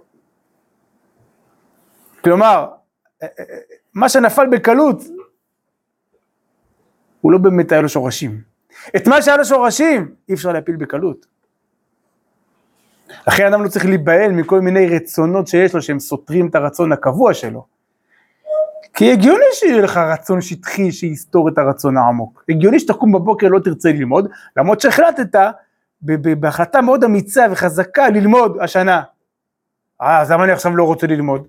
כלומר, מה שנפל בקלות, הוא לא באמת היה לו שורשים. את מה שהיה לו שורשים, אי אפשר להפיל בקלות. לכן אדם לא צריך להיבהל מכל מיני רצונות שיש לו, שהם סותרים את הרצון הקבוע שלו. כי הגיוני שיהיה לך רצון שטחי שיסתור את הרצון העמוק. הגיוני שתקום בבוקר לא תרצה ללמוד, למרות שהחלטת בהחלטה מאוד אמיצה וחזקה ללמוד השנה. אה, אז למה אני עכשיו לא רוצה ללמוד?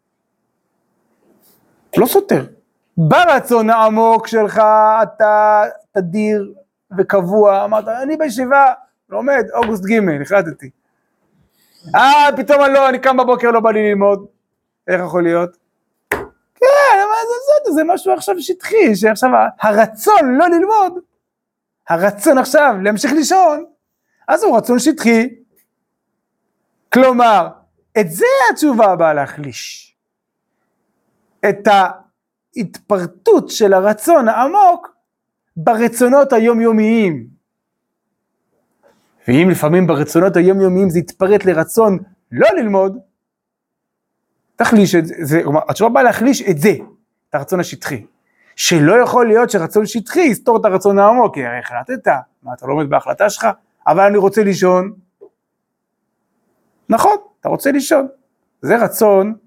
לא סותר. ברצון העמוק שלך אתה תדיר וקבוע, אמרת, אני בישיבה, לומד, אוגוסט ג' החלטתי. אה, פתאום אני לא, אני קם בבוקר לא בא לי ללמוד. איך יכול להיות? כן, אבל זה, זה, זה משהו עכשיו שטחי, שעכשיו הרצון לא ללמוד, הרצון עכשיו להמשיך לישון, אז הוא רצון שטחי. כלומר, את זה התשובה הבאה להחליש. את ההתפרטות של הרצון העמוק ברצונות היומיומיים. ואם לפעמים ברצונות היומיומיים זה יתפרט לרצון לא ללמוד, תחליש את זה, כלומר, התשובה באה להחליש את זה, את הרצון השטחי. שלא יכול להיות שרצון שטחי יסתור את הרצון העמוק, כי הרי החלטת, מה אתה לא עומד בהחלטה שלך, אבל אני רוצה לישון. נכון, אתה רוצה לישון. זה רצון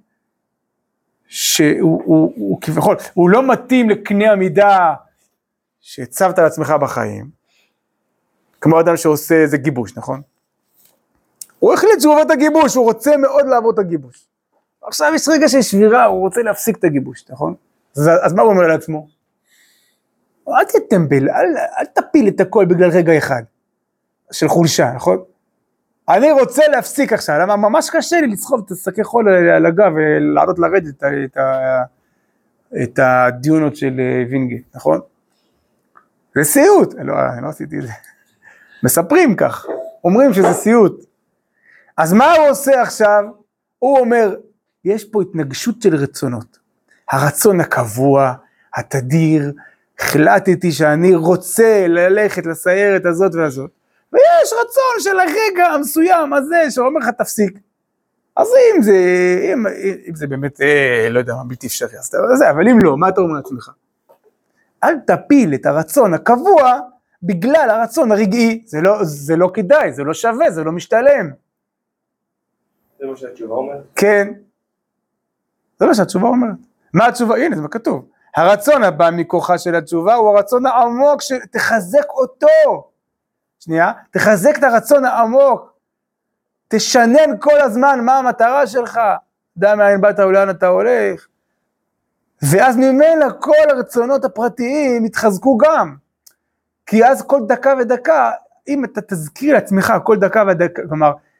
שהוא הוא, הוא, כביכול, הוא לא מתאים לקנה המידה שהצבת לעצמך בחיים, כמו אדם שעושה איזה גיבוש, נכון? הוא החליט שהוא עובר את הגיבוש, הוא רוצה מאוד לעבור את הגיבוש. עכשיו יש רגע של שבירה, הוא רוצה להפסיק את הגיבוש, נכון? אז, אז מה הוא אומר לעצמו? אל תטמבל, אל, אל תפיל את הכל בגלל רגע אחד, של חולשה, נכון? אני רוצה להפסיק עכשיו, למה ממש קשה לי לסחוב את השקי חול על הגב, ולעלות לרדת את, את, את הדיונות של וינגייט, נכון? זה סיוט, לא, אני לא עשיתי את זה. מספרים כך, אומרים שזה סיוט. אז מה הוא עושה עכשיו? הוא אומר, יש פה התנגשות של רצונות. הרצון הקבוע, התדיר, החלטתי שאני רוצה ללכת לסיירת הזאת והזאת, ויש רצון של הרגע המסוים הזה, שאומר לך תפסיק. אז אם זה, אם, אם זה באמת, אה, לא יודע, בלתי אפשרי, אז אתה יודע, אבל אם לא, מה אתה אומר לעצמך? אל תפיל את הרצון הקבוע, בגלל הרצון הרגעי, זה לא, זה לא כדאי, זה לא שווה, זה לא משתלם. זה מה שהתשובה אומרת? כן. זה מה שהתשובה אומרת. מה התשובה? הנה, זה מה כתוב. הרצון הבא מכוחה של התשובה, הוא הרצון העמוק שתחזק אותו. שנייה, תחזק את הרצון העמוק. תשנן כל הזמן מה המטרה שלך. דע מאין באת ולאן אתה הולך. ואז ממילא כל הרצונות הפרטיים יתחזקו גם. כי אז כל דקה ודקה, אם אתה תזכיר לעצמך כל דקה ודקה, כלומר,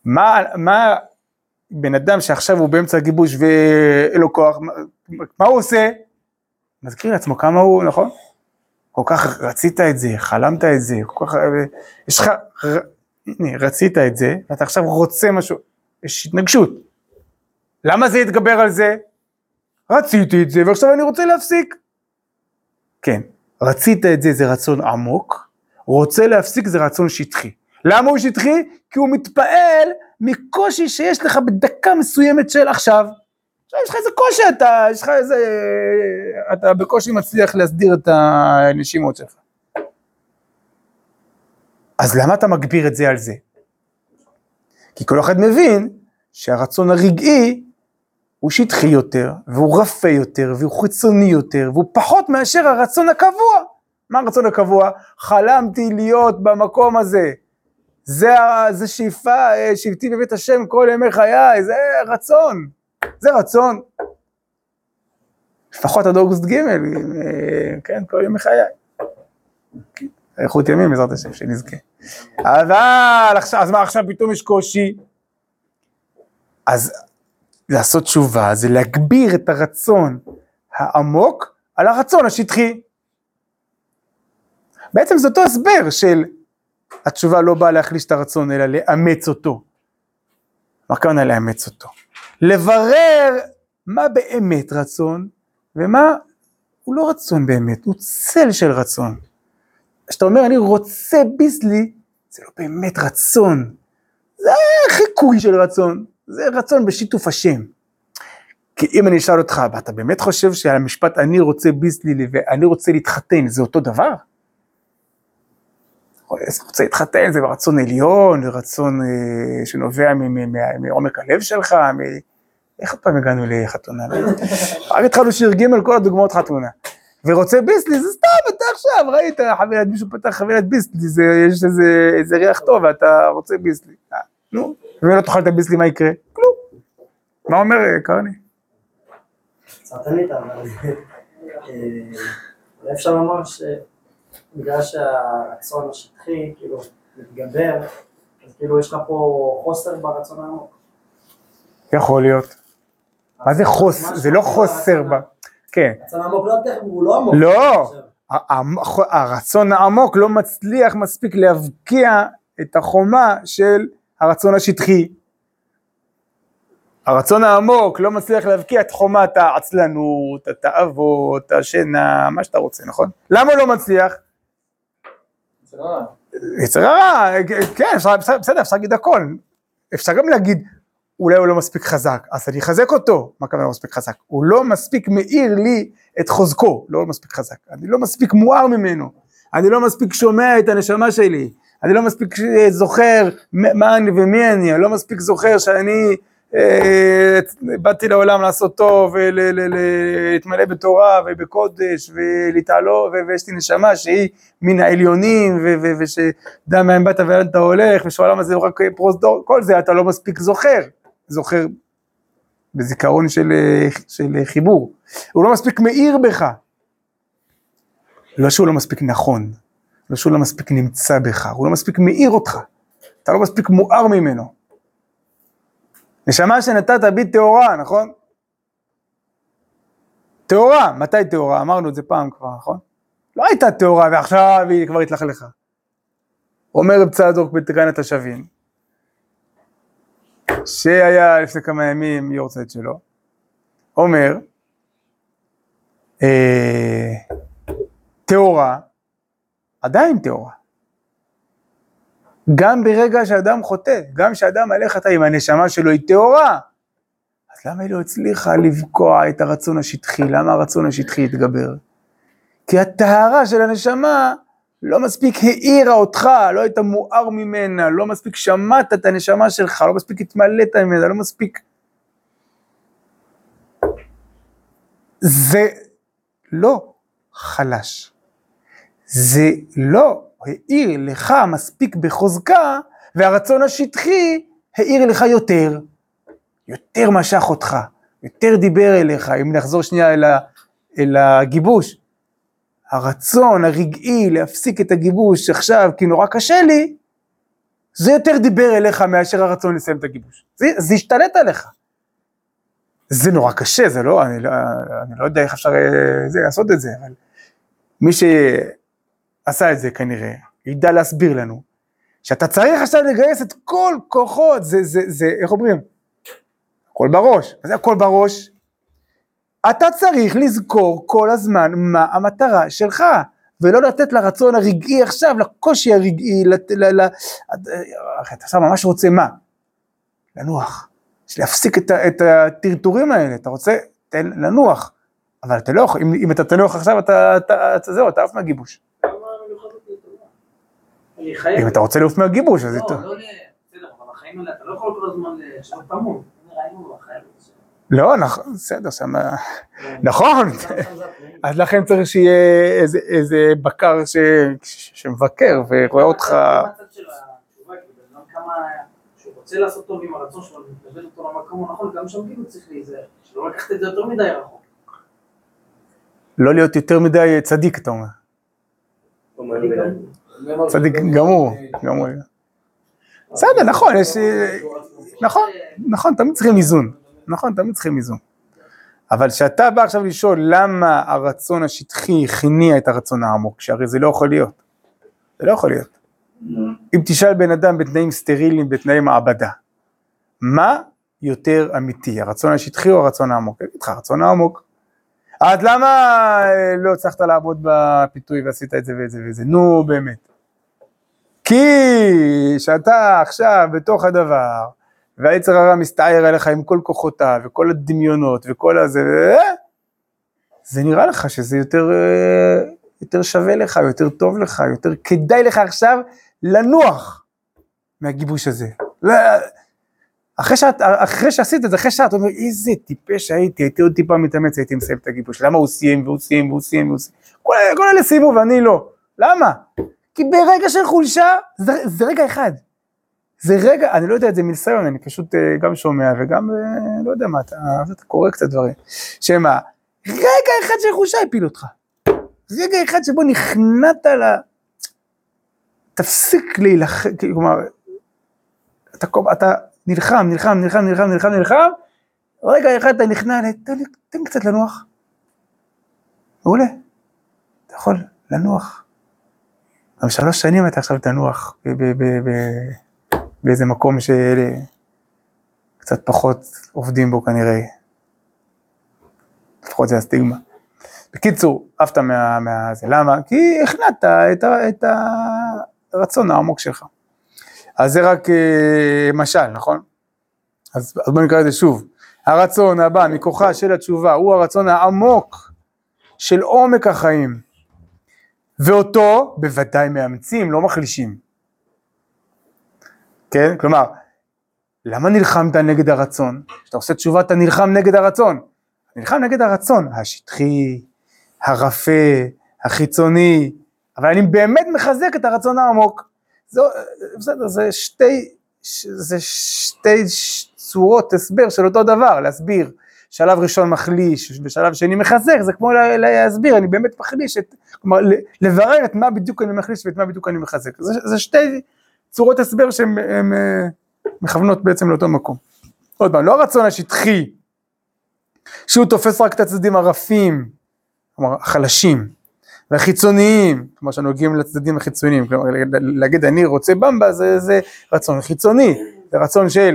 מה, מה בן אדם שעכשיו הוא באמצע הגיבוש ואין לו כוח, מה, מה הוא עושה? מזכיר לעצמו כמה הוא, נכון? כל כך רצית את זה, חלמת את זה, כל כך, יש לך, הנה, רצית את זה, ואתה עכשיו רוצה משהו, יש התנגשות. למה זה יתגבר על זה? רציתי את זה, ועכשיו אני רוצה להפסיק. כן, רצית את זה, זה רצון עמוק, רוצה להפסיק זה רצון שטחי. למה הוא שטחי? כי הוא מתפעל מקושי שיש לך בדקה מסוימת של עכשיו. עכשיו יש לך איזה קושי, אתה, יש לך איזה, אתה בקושי מצליח להסדיר את הנשימות שלך. אז למה אתה מגביר את זה על זה? כי כל אחד מבין שהרצון הרגעי הוא שטחי יותר, והוא רפה יותר, והוא חיצוני יותר, והוא פחות מאשר הרצון הקבוע. מה הרצון הקבוע? חלמתי להיות במקום הזה. זה, זה שאיפה, שבתי בבית השם כל ימי חיי, זה רצון. זה רצון. לפחות עד אוגוסט ג', כן, כל ימי חיי. איכות ימים, בעזרת השם, שנזכה. אבל עכשיו, אז מה עכשיו פתאום יש קושי? אז לעשות תשובה, זה להגביר את הרצון העמוק על הרצון השטחי. בעצם זה אותו הסבר של התשובה לא באה להחליש את הרצון, אלא לאמץ אותו. מה כוונה לאמץ אותו? לברר מה באמת רצון, ומה הוא לא רצון באמת, הוא צל של רצון. כשאתה אומר, אני רוצה ביסלי, זה לא באמת רצון, זה חיקוי של רצון, זה רצון בשיתוף השם. כי אם אני אשאל אותך, אתה באמת חושב שהמשפט אני רוצה ביסלי ואני רוצה להתחתן, זה אותו דבר? רוצה להתחתן, זה ברצון עליון, זה רצון אה, שנובע מעומק הלב שלך, מ... איך עוד פעם הגענו לחתונה? רק התחלנו שיר ג' כל הדוגמאות חתונה. ורוצה ביסלי, זה סתם, אתה עכשיו, ראית, חבילת, מישהו פתח חבילת ביסלי, זה, יש איזה, איזה ריח טוב, ואתה רוצה ביסלי. אה, נו, ולא תאכל את הביסלי, מה יקרה? כלום. מה אומר קרני? סרטנית, אבל אולי אפשר לומר שבגלל שהרצון השטחי, כאילו, מתגבר, אז כאילו יש לך פה חוסר ברצון העמוק. יכול להיות. מה זה חוסר? זה לא חוסר בה. כן. הרצון העמוק לא תכף, הוא לא עמוק. לא, הרצון העמוק לא מצליח מספיק להבקיע את החומה של הרצון השטחי. הרצון העמוק לא מצליח להבקיע את חומת העצלנות, התאוות, השינה, מה שאתה רוצה, נכון? למה לא מצליח? יצר הרע. יצר הרע, כן, בסדר, אפשר להגיד הכל. אפשר גם להגיד, אולי הוא לא מספיק חזק, אז אני אחזק אותו. מה כמובן לא מספיק חזק? הוא לא מספיק מאיר לי את חוזקו, לא מספיק חזק. אני לא מספיק מואר ממנו, אני לא מספיק שומע את הנשמה שלי, אני לא מספיק זוכר מה אני ומי אני, אני לא מספיק זוכר שאני אה, באתי לעולם לעשות טוב, ולהתמלא בתורה ובקודש, ולהתעלו, ויש לי נשמה שהיא מן העליונים, ושדע מהם באת ואין אתה הולך, ושעולם הזה הוא רק פרוסדור, כל זה אתה לא מספיק זוכר. זוכר בזיכרון של, של חיבור. הוא לא מספיק מאיר בך. לא שהוא לא מספיק נכון, לא שהוא לא מספיק נמצא בך, הוא לא מספיק מאיר אותך. אתה לא מספיק מואר ממנו. נשמה שנתת בי תאורה, נכון? תאורה, מתי תאורה? אמרנו את זה פעם כבר, נכון? לא הייתה תאורה ועכשיו היא כבר התלכלכה. אומר רב צדוק בתקנת השבים, שהיה לפני כמה ימים יורצייט שלו, אומר, אה, תאורה, עדיין תאורה. גם ברגע שאדם חוטא, גם שאדם מלך חטא, אם הנשמה שלו היא תאורה, אז למה היא לא הצליחה לבקוע את הרצון השטחי? למה הרצון השטחי התגבר? כי הטהרה של הנשמה לא מספיק העירה אותך, לא היית מואר ממנה, לא מספיק שמעת את הנשמה שלך, לא מספיק התמלאת ממנה, לא מספיק. זה לא חלש. זה לא העיר לך מספיק בחוזקה, והרצון השטחי העיר לך יותר. יותר משך אותך, יותר דיבר אליך. אם נחזור שנייה אל, ה, אל הגיבוש, הרצון הרגעי להפסיק את הגיבוש עכשיו, כי נורא קשה לי, זה יותר דיבר אליך מאשר הרצון לסיים את הגיבוש. זה, זה השתלט עליך. זה נורא קשה, זה לא, אני לא, אני לא יודע איך אפשר זה, לעשות את זה, אבל מי שעשה את זה כנראה, ידע להסביר לנו, שאתה צריך עכשיו לגייס את כל כוחות, זה, זה, זה, איך אומרים? הכל בראש. אז זה הכל בראש. אתה צריך לזכור כל הזמן מה המטרה שלך, ולא לתת לרצון הרגעי עכשיו, לקושי הרגעי, לת, ל, ל, אתה עכשיו ממש רוצה מה? לנוח. להפסיק את, את הטרטורים האלה, אתה רוצה, תן לנוח, אבל אתה לא יכול, אם, אם אתה תנוח עכשיו, אתה, אתה, אתה, זהו, אתה עף מהגיבוש. אם אתה רוצה לעוף מהגיבוש, אז זה טוב. לא, לא, בסדר, אבל החיים האלה, אתה לא יכול כל הזמן לשנות פעמון. ראינו בחיים. לא, נכון, בסדר, שמה, נכון, אז לכן צריך שיהיה איזה בקר שמבקר ורואה אותך. מה הצד של התשובה, כי בן כמה שהוא רוצה לעשות טוב עם הרצון שלו, להתנבל אותו למקום הנכון, גם שם כאילו צריך להיזהר, שלא לקחת את זה יותר מדי רחוק. לא להיות יותר מדי צדיק, אתה אומר. צדיק גמור, גמור. בסדר, נכון, יש, נכון, נכון, תמיד צריכים איזון. נכון, תמיד צריכים איזון. אבל שאתה בא עכשיו לשאול למה הרצון השטחי הכניע את הרצון העמוק, שהרי זה לא יכול להיות. זה לא יכול להיות. אם תשאל בן אדם בתנאים סטריליים, בתנאי מעבדה, מה יותר אמיתי, הרצון השטחי או הרצון העמוק? אני אגיד לך, הרצון העמוק. אז למה לא הצלחת לעבוד בפיתוי ועשית את זה ואת זה וזה? נו, באמת. כי שאתה עכשיו בתוך הדבר, והיצר הרע מסתער עליך עם כל כוחותיו, וכל הדמיונות, וכל הזה, זה נראה לך שזה יותר, יותר שווה לך, יותר טוב לך, יותר כדאי לך עכשיו לנוח מהגיבוש הזה. אחרי, שאת, אחרי שעשית את זה, אחרי שאת אומר, איזה טיפש הייתי, הייתי עוד טיפה מתאמץ, הייתי מסיים את הגיבוש. למה הוא סיים והוא סיים והוא סיים והוא סיים? כל, כל אלה סיימו ואני לא. למה? כי ברגע של חולשה, זה, זה רגע אחד. זה רגע, אני לא יודע את זה מניסיון, אני פשוט גם שומע וגם, לא יודע מה, אתה, אתה קורא קצת דברים. שמה, רגע אחד של חולשה הפיל אותך. רגע אחד שבו נכנעת לה, תפסיק להילחם, כלומר, אתה, אתה נלחם, נלחם, נלחם, נלחם, נלחם, נלחם, רגע אחד אתה נכנע, תן, תן קצת לנוח. מעולה, אתה יכול לנוח. אבל שלוש שנים אתה עכשיו תנוח ב... ב, ב, ב באיזה מקום שקצת פחות עובדים בו כנראה. לפחות זה הסטיגמה. בקיצור, אהבת מה, מה זה. למה? כי הכנעת את, את הרצון העמוק שלך. אז זה רק משל, נכון? אז, אז בוא נקרא את זה שוב. הרצון הבא מכוחה של התשובה הוא הרצון העמוק של עומק החיים. ואותו בוודאי מאמצים, לא מחלישים. כן? כלומר, למה נלחמת נגד הרצון? כשאתה עושה תשובה, אתה נלחם נגד הרצון. נלחם נגד הרצון, השטחי, הרפה, החיצוני, אבל אני באמת מחזק את הרצון העמוק. זו, בסדר, זה שתי, זה שתי צורות הסבר של אותו דבר, להסביר. שלב ראשון מחליש, בשלב שני מחזק, זה כמו להסביר, אני באמת מחליש, את, כלומר, לברר את מה בדיוק אני מחליש ואת מה בדיוק אני מחזק. זה, זה שתי צורות הסבר שהן מכוונות בעצם לאותו מקום. עוד פעם, לא הרצון השטחי, שהוא תופס רק את הצדדים הרפים, כלומר החלשים, והחיצוניים, כמו שנוגעים לצדדים החיצוניים, כלומר להגיד אני רוצה במבה, זה, זה רצון חיצוני, זה רצון של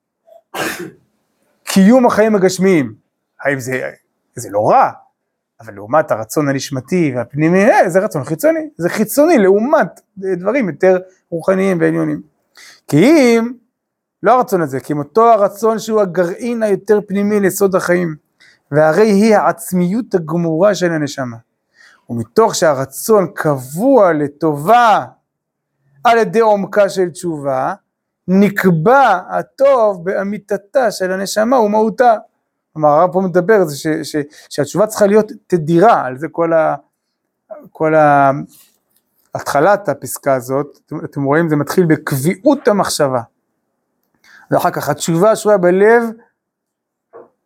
קיום החיים הגשמיים, האם זה, זה לא רע, אבל לעומת הרצון הנשמתי והפנימי, זה רצון חיצוני, זה חיצוני לעומת דברים יותר רוחניים ועליונים. כי אם, לא הרצון הזה, כי אם אותו הרצון שהוא הגרעין היותר פנימי לסוד החיים, והרי היא העצמיות הגמורה של הנשמה. ומתוך שהרצון קבוע לטובה על ידי עומקה של תשובה, נקבע הטוב באמיתתה של הנשמה ומהותה. כלומר, הרב פה מדבר, זה ש, ש, שהתשובה צריכה להיות תדירה, על זה כל ה... כל ה... התחלת הפסקה הזאת, אתם, אתם רואים, זה מתחיל בקביעות המחשבה. ואחר כך, התשובה שרויה בלב,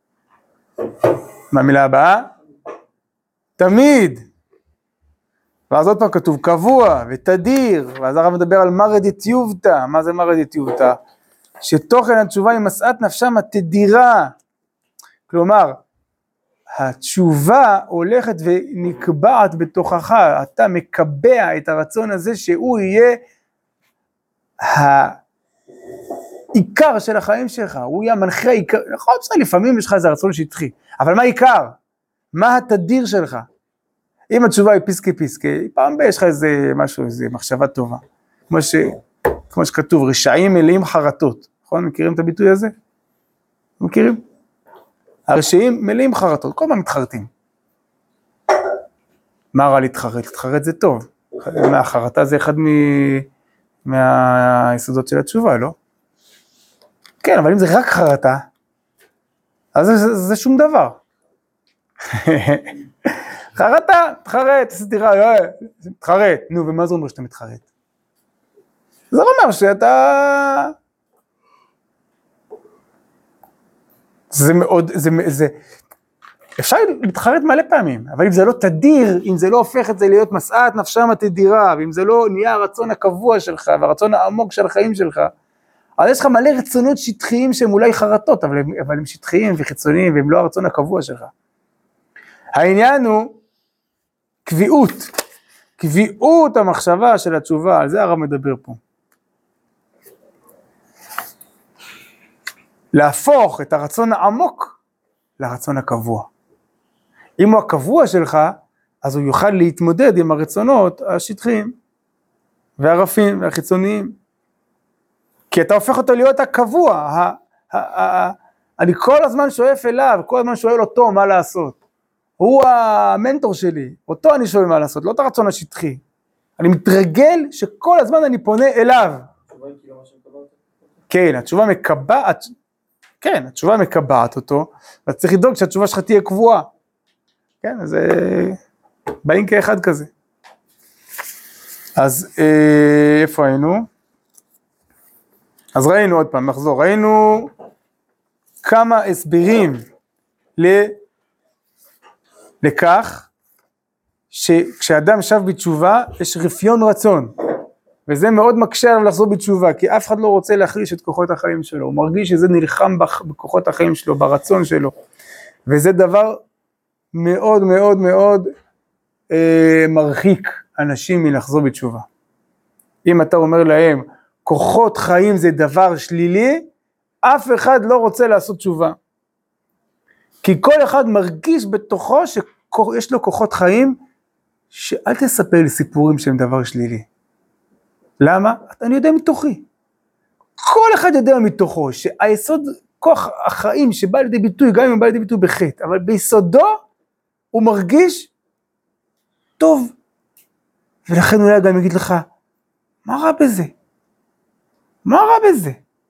מה המילה הבאה? תמיד. ואז עוד פעם כתוב קבוע ותדיר, ואז הרב מדבר על מרא דתיובתא. מה זה מרא דתיובתא? שתוכן התשובה היא משאת נפשם התדירה. כלומר, התשובה הולכת ונקבעת בתוכך, אתה מקבע את הרצון הזה שהוא יהיה העיקר של החיים שלך, הוא יהיה המנחה העיקר, נכון, לפעמים יש לך איזה רצון שטחי, אבל מה העיקר? מה התדיר שלך? אם התשובה היא פיסקי פיסקי, פעם בי יש לך איזה משהו, איזה מחשבה טובה, כמו, ש, כמו שכתוב, רשעים מלאים חרטות, נכון? מכירים את הביטוי הזה? מכירים? הרשעים מלאים חרטות, כל מה מתחרטים. מה רע להתחרט? להתחרט זה טוב. החרטה זה אחד מ... מהיסודות של התשובה, לא? כן, אבל אם זה רק חרטה, אז זה, זה, זה שום דבר. חרטה, תחרט, עשיתי רע, יואי, תחרט. נו, ומה זה אומר שאתה מתחרט? זה אומר שאתה... זה מאוד, זה, זה, אפשר להתחרט מלא פעמים, אבל אם זה לא תדיר, אם זה לא הופך את זה להיות משאת נפשם התדירה, ואם זה לא נהיה הרצון הקבוע שלך, והרצון העמוק של החיים שלך, אז יש לך מלא רצונות שטחיים שהם אולי חרטות, אבל הם, אבל הם שטחיים וחיצוניים, והם לא הרצון הקבוע שלך. העניין הוא קביעות, קביעות המחשבה של התשובה, על זה הרב מדבר פה. להפוך את הרצון העמוק לרצון הקבוע. אם הוא הקבוע שלך, אז הוא יוכל להתמודד עם הרצונות השטחיים, והרפים והחיצוניים. כי אתה הופך אותו להיות הקבוע, ה, ה, ה, אני כל הזמן שואף אליו, כל הזמן שואל אותו מה לעשות. הוא המנטור שלי, אותו אני שואל מה לעשות, לא את הרצון השטחי. אני מתרגל שכל הזמן אני פונה אליו. כן, התשובה מקבעת, כן, התשובה מקבעת אותו, ואתה צריך לדאוג שהתשובה שלך תהיה קבועה. כן, אז באים כאחד כזה. אז איפה היינו? אז ראינו עוד פעם, נחזור, ראינו כמה הסברים לכך, שכשאדם שב בתשובה, יש רפיון רצון, וזה מאוד מקשה עליו לחזור בתשובה, כי אף אחד לא רוצה להחליש את כוחות החיים שלו, הוא מרגיש שזה נלחם בכוחות החיים שלו, ברצון שלו, וזה דבר מאוד מאוד מאוד אה, מרחיק אנשים מלחזור בתשובה. אם אתה אומר להם, כוחות חיים זה דבר שלילי, אף אחד לא רוצה לעשות תשובה. כי כל אחד מרגיש בתוכו שיש לו כוחות חיים, שאל תספר לי סיפורים שהם דבר שלילי. למה? אני יודע מתוכי. כל אחד יודע מתוכו שהיסוד כוח החיים שבא לידי ביטוי, גם אם הוא בא לידי ביטוי בחטא, אבל ביסודו הוא מרגיש טוב. ולכן אולי גם יגיד לך, מה רע בזה? מה רע בזה?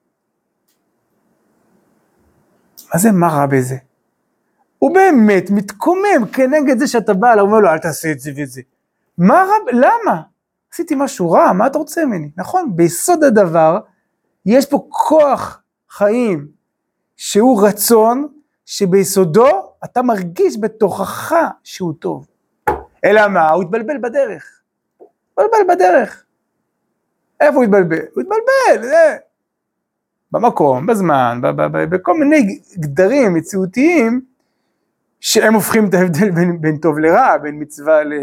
מה זה מה רע בזה? הוא באמת מתקומם כנגד זה שאתה בא, הוא אומר לו, אל תעשה את זה וזה. מה רע? למה? עשיתי משהו רע, מה אתה רוצה ממני? נכון, ביסוד הדבר, יש פה כוח חיים, שהוא רצון, שביסודו אתה מרגיש בתוכך שהוא טוב. אלא מה? הוא התבלבל בדרך. התבלבל בדרך. איפה הוא התבלבל? הוא התבלבל, זה. במקום, בזמן, בכל מיני גדרים מציאותיים, שהם הופכים את ההבדל בין, בין טוב לרע, בין מצווה ל...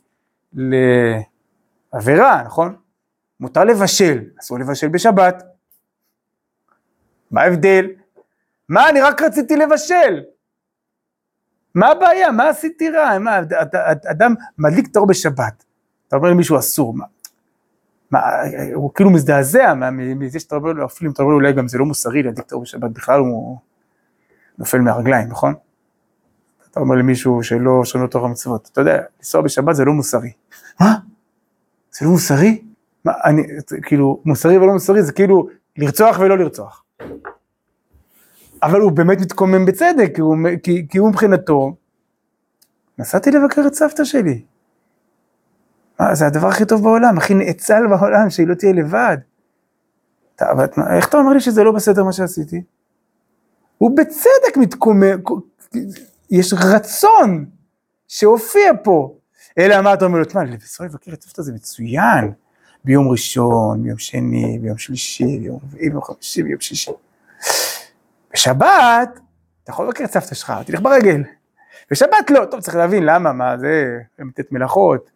לעבירה, נכון? מותר לבשל, אסור לבשל בשבת. מה ההבדל? מה, אני רק רציתי לבשל. מה הבעיה? מה עשיתי רע? מה, אדם מדליק את האור בשבת. אתה אומר למישהו אסור. מה, מה, הוא כאילו מזדעזע מזה שאתה אומר לו, אפילו אם אתה אומר לו, אולי גם זה לא מוסרי להדליק את האור בשבת, בכלל הוא נופל מהרגליים, נכון? אתה אומר למישהו שלא שומר תורה ומצוות. אתה יודע, לנסוע בשבת זה לא מוסרי. מה? זה לא מוסרי? מה, אני, כאילו, מוסרי ולא מוסרי, זה כאילו לרצוח ולא לרצוח. אבל הוא באמת מתקומם בצדק, כי הוא, כי, כי הוא מבחינתו, נסעתי לבקר את סבתא שלי. מה, זה הדבר הכי טוב בעולם, הכי נאצל בעולם, שהיא לא תהיה לבד. אתה, אבל, איך אתה אומר לי שזה לא בסדר מה שעשיתי? הוא בצדק מתקומם, יש רצון שהופיע פה, אלא מה אתה אומר לו, תשמע, לבשרו לבקר את סבתא זה מצוין, ביום ראשון, ביום שני, ביום שלישי, ביום רביעי, ביום חמישי, ביום שישי. בשבת, אתה יכול לבקר את סבתא שלך, תלך ברגל. בשבת לא, טוב, צריך להבין למה, מה זה, מתת מלאכות,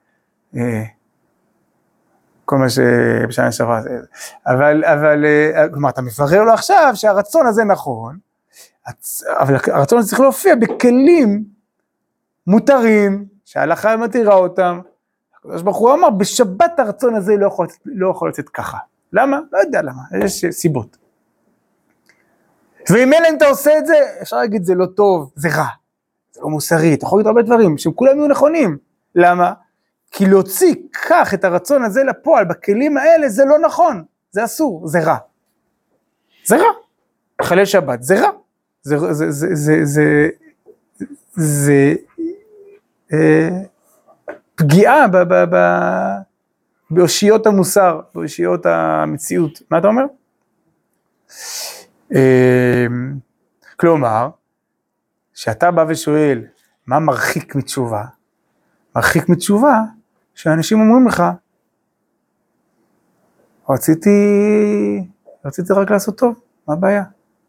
כל מה שבשנה שעברה, אבל, אבל, כלומר, אתה מברר לו עכשיו שהרצון הזה נכון, אבל הרצון הזה צריך להופיע בכלים מותרים, שההלכה מתירה אותם. הקדוש ברוך הוא אמר, בשבת הרצון הזה לא יכול, לא יכול לצאת ככה. למה? לא יודע למה, יש סיבות. ואם אלה אם אתה עושה את זה, אפשר להגיד זה לא טוב, זה רע, זה לא מוסרי, אתה יכול להגיד הרבה דברים, שהם כולם יהיו נכונים. למה? כי להוציא כך את הרצון הזה לפועל, בכלים האלה זה לא נכון, זה אסור, זה רע. זה רע. חלל שבת, זה רע. זה, זה, זה, זה, זה, זה, אה, פגיעה ב, ב, ב, באושיות המוסר, באושיות המציאות. מה אתה אומר? אה, כלומר, שאתה בא ושואל, מה מרחיק מתשובה? מרחיק מתשובה, שאנשים אומרים לך, רציתי, רציתי רק לעשות טוב, מה הבעיה?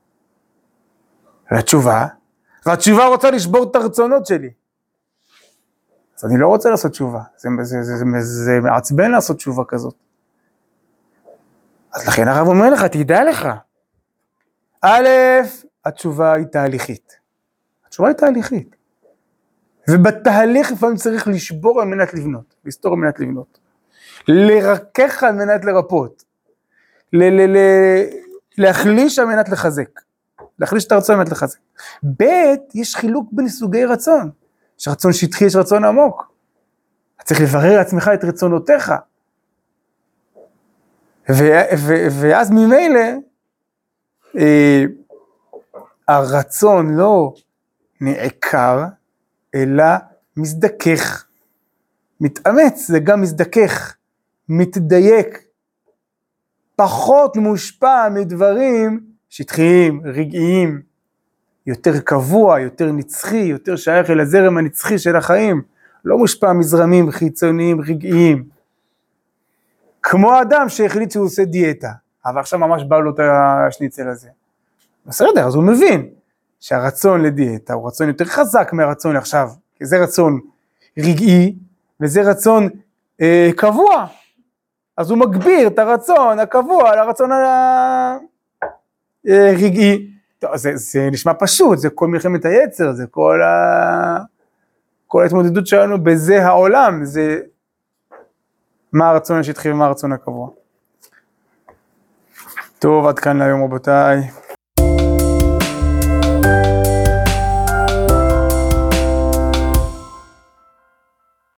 והתשובה, והתשובה רוצה לשבור את הרצונות שלי. אז אני לא רוצה לעשות תשובה, זה, זה, זה, זה, זה מעצבן לעשות תשובה כזאת. אז לכן הרב אומר לך, תדע לך, א', התשובה היא תהליכית. התשובה היא תהליכית. ובתהליך לפעמים צריך לשבור על מנת לבנות, לסתור על מנת לבנות. לרכך על מנת לרפות. ל- ל- ל- להחליש על מנת לחזק. להחליש את הרצון על מנת לחזק. ב', יש חילוק בין סוגי רצון. יש רצון שטחי, יש רצון עמוק. אתה צריך לברר לעצמך את רצונותיך. ו- ו- ואז ממילא, אה, הרצון לא נעקר, אלא מזדכך. מתאמץ, זה גם מזדכך. מתדייק. פחות מושפע מדברים שטחיים, רגעיים, יותר קבוע, יותר נצחי, יותר שייך אל הזרם הנצחי של החיים, לא מושפע מזרמים חיצוניים, רגעיים. כמו אדם שהחליט שהוא עושה דיאטה, אבל עכשיו ממש בא לו את השניצל הזה. בסדר, אז הוא מבין שהרצון לדיאטה הוא רצון יותר חזק מהרצון עכשיו, כי זה רצון רגעי, וזה רצון אה, קבוע. אז הוא מגביר את הרצון הקבוע לרצון הרגעי. טוב, זה, זה נשמע פשוט, זה כל מלחמת היצר, זה כל, ה... כל ההתמודדות שלנו בזה העולם, זה מה הרצון השטחי ומה הרצון הקבוע. טוב, עד כאן להיום רבותיי.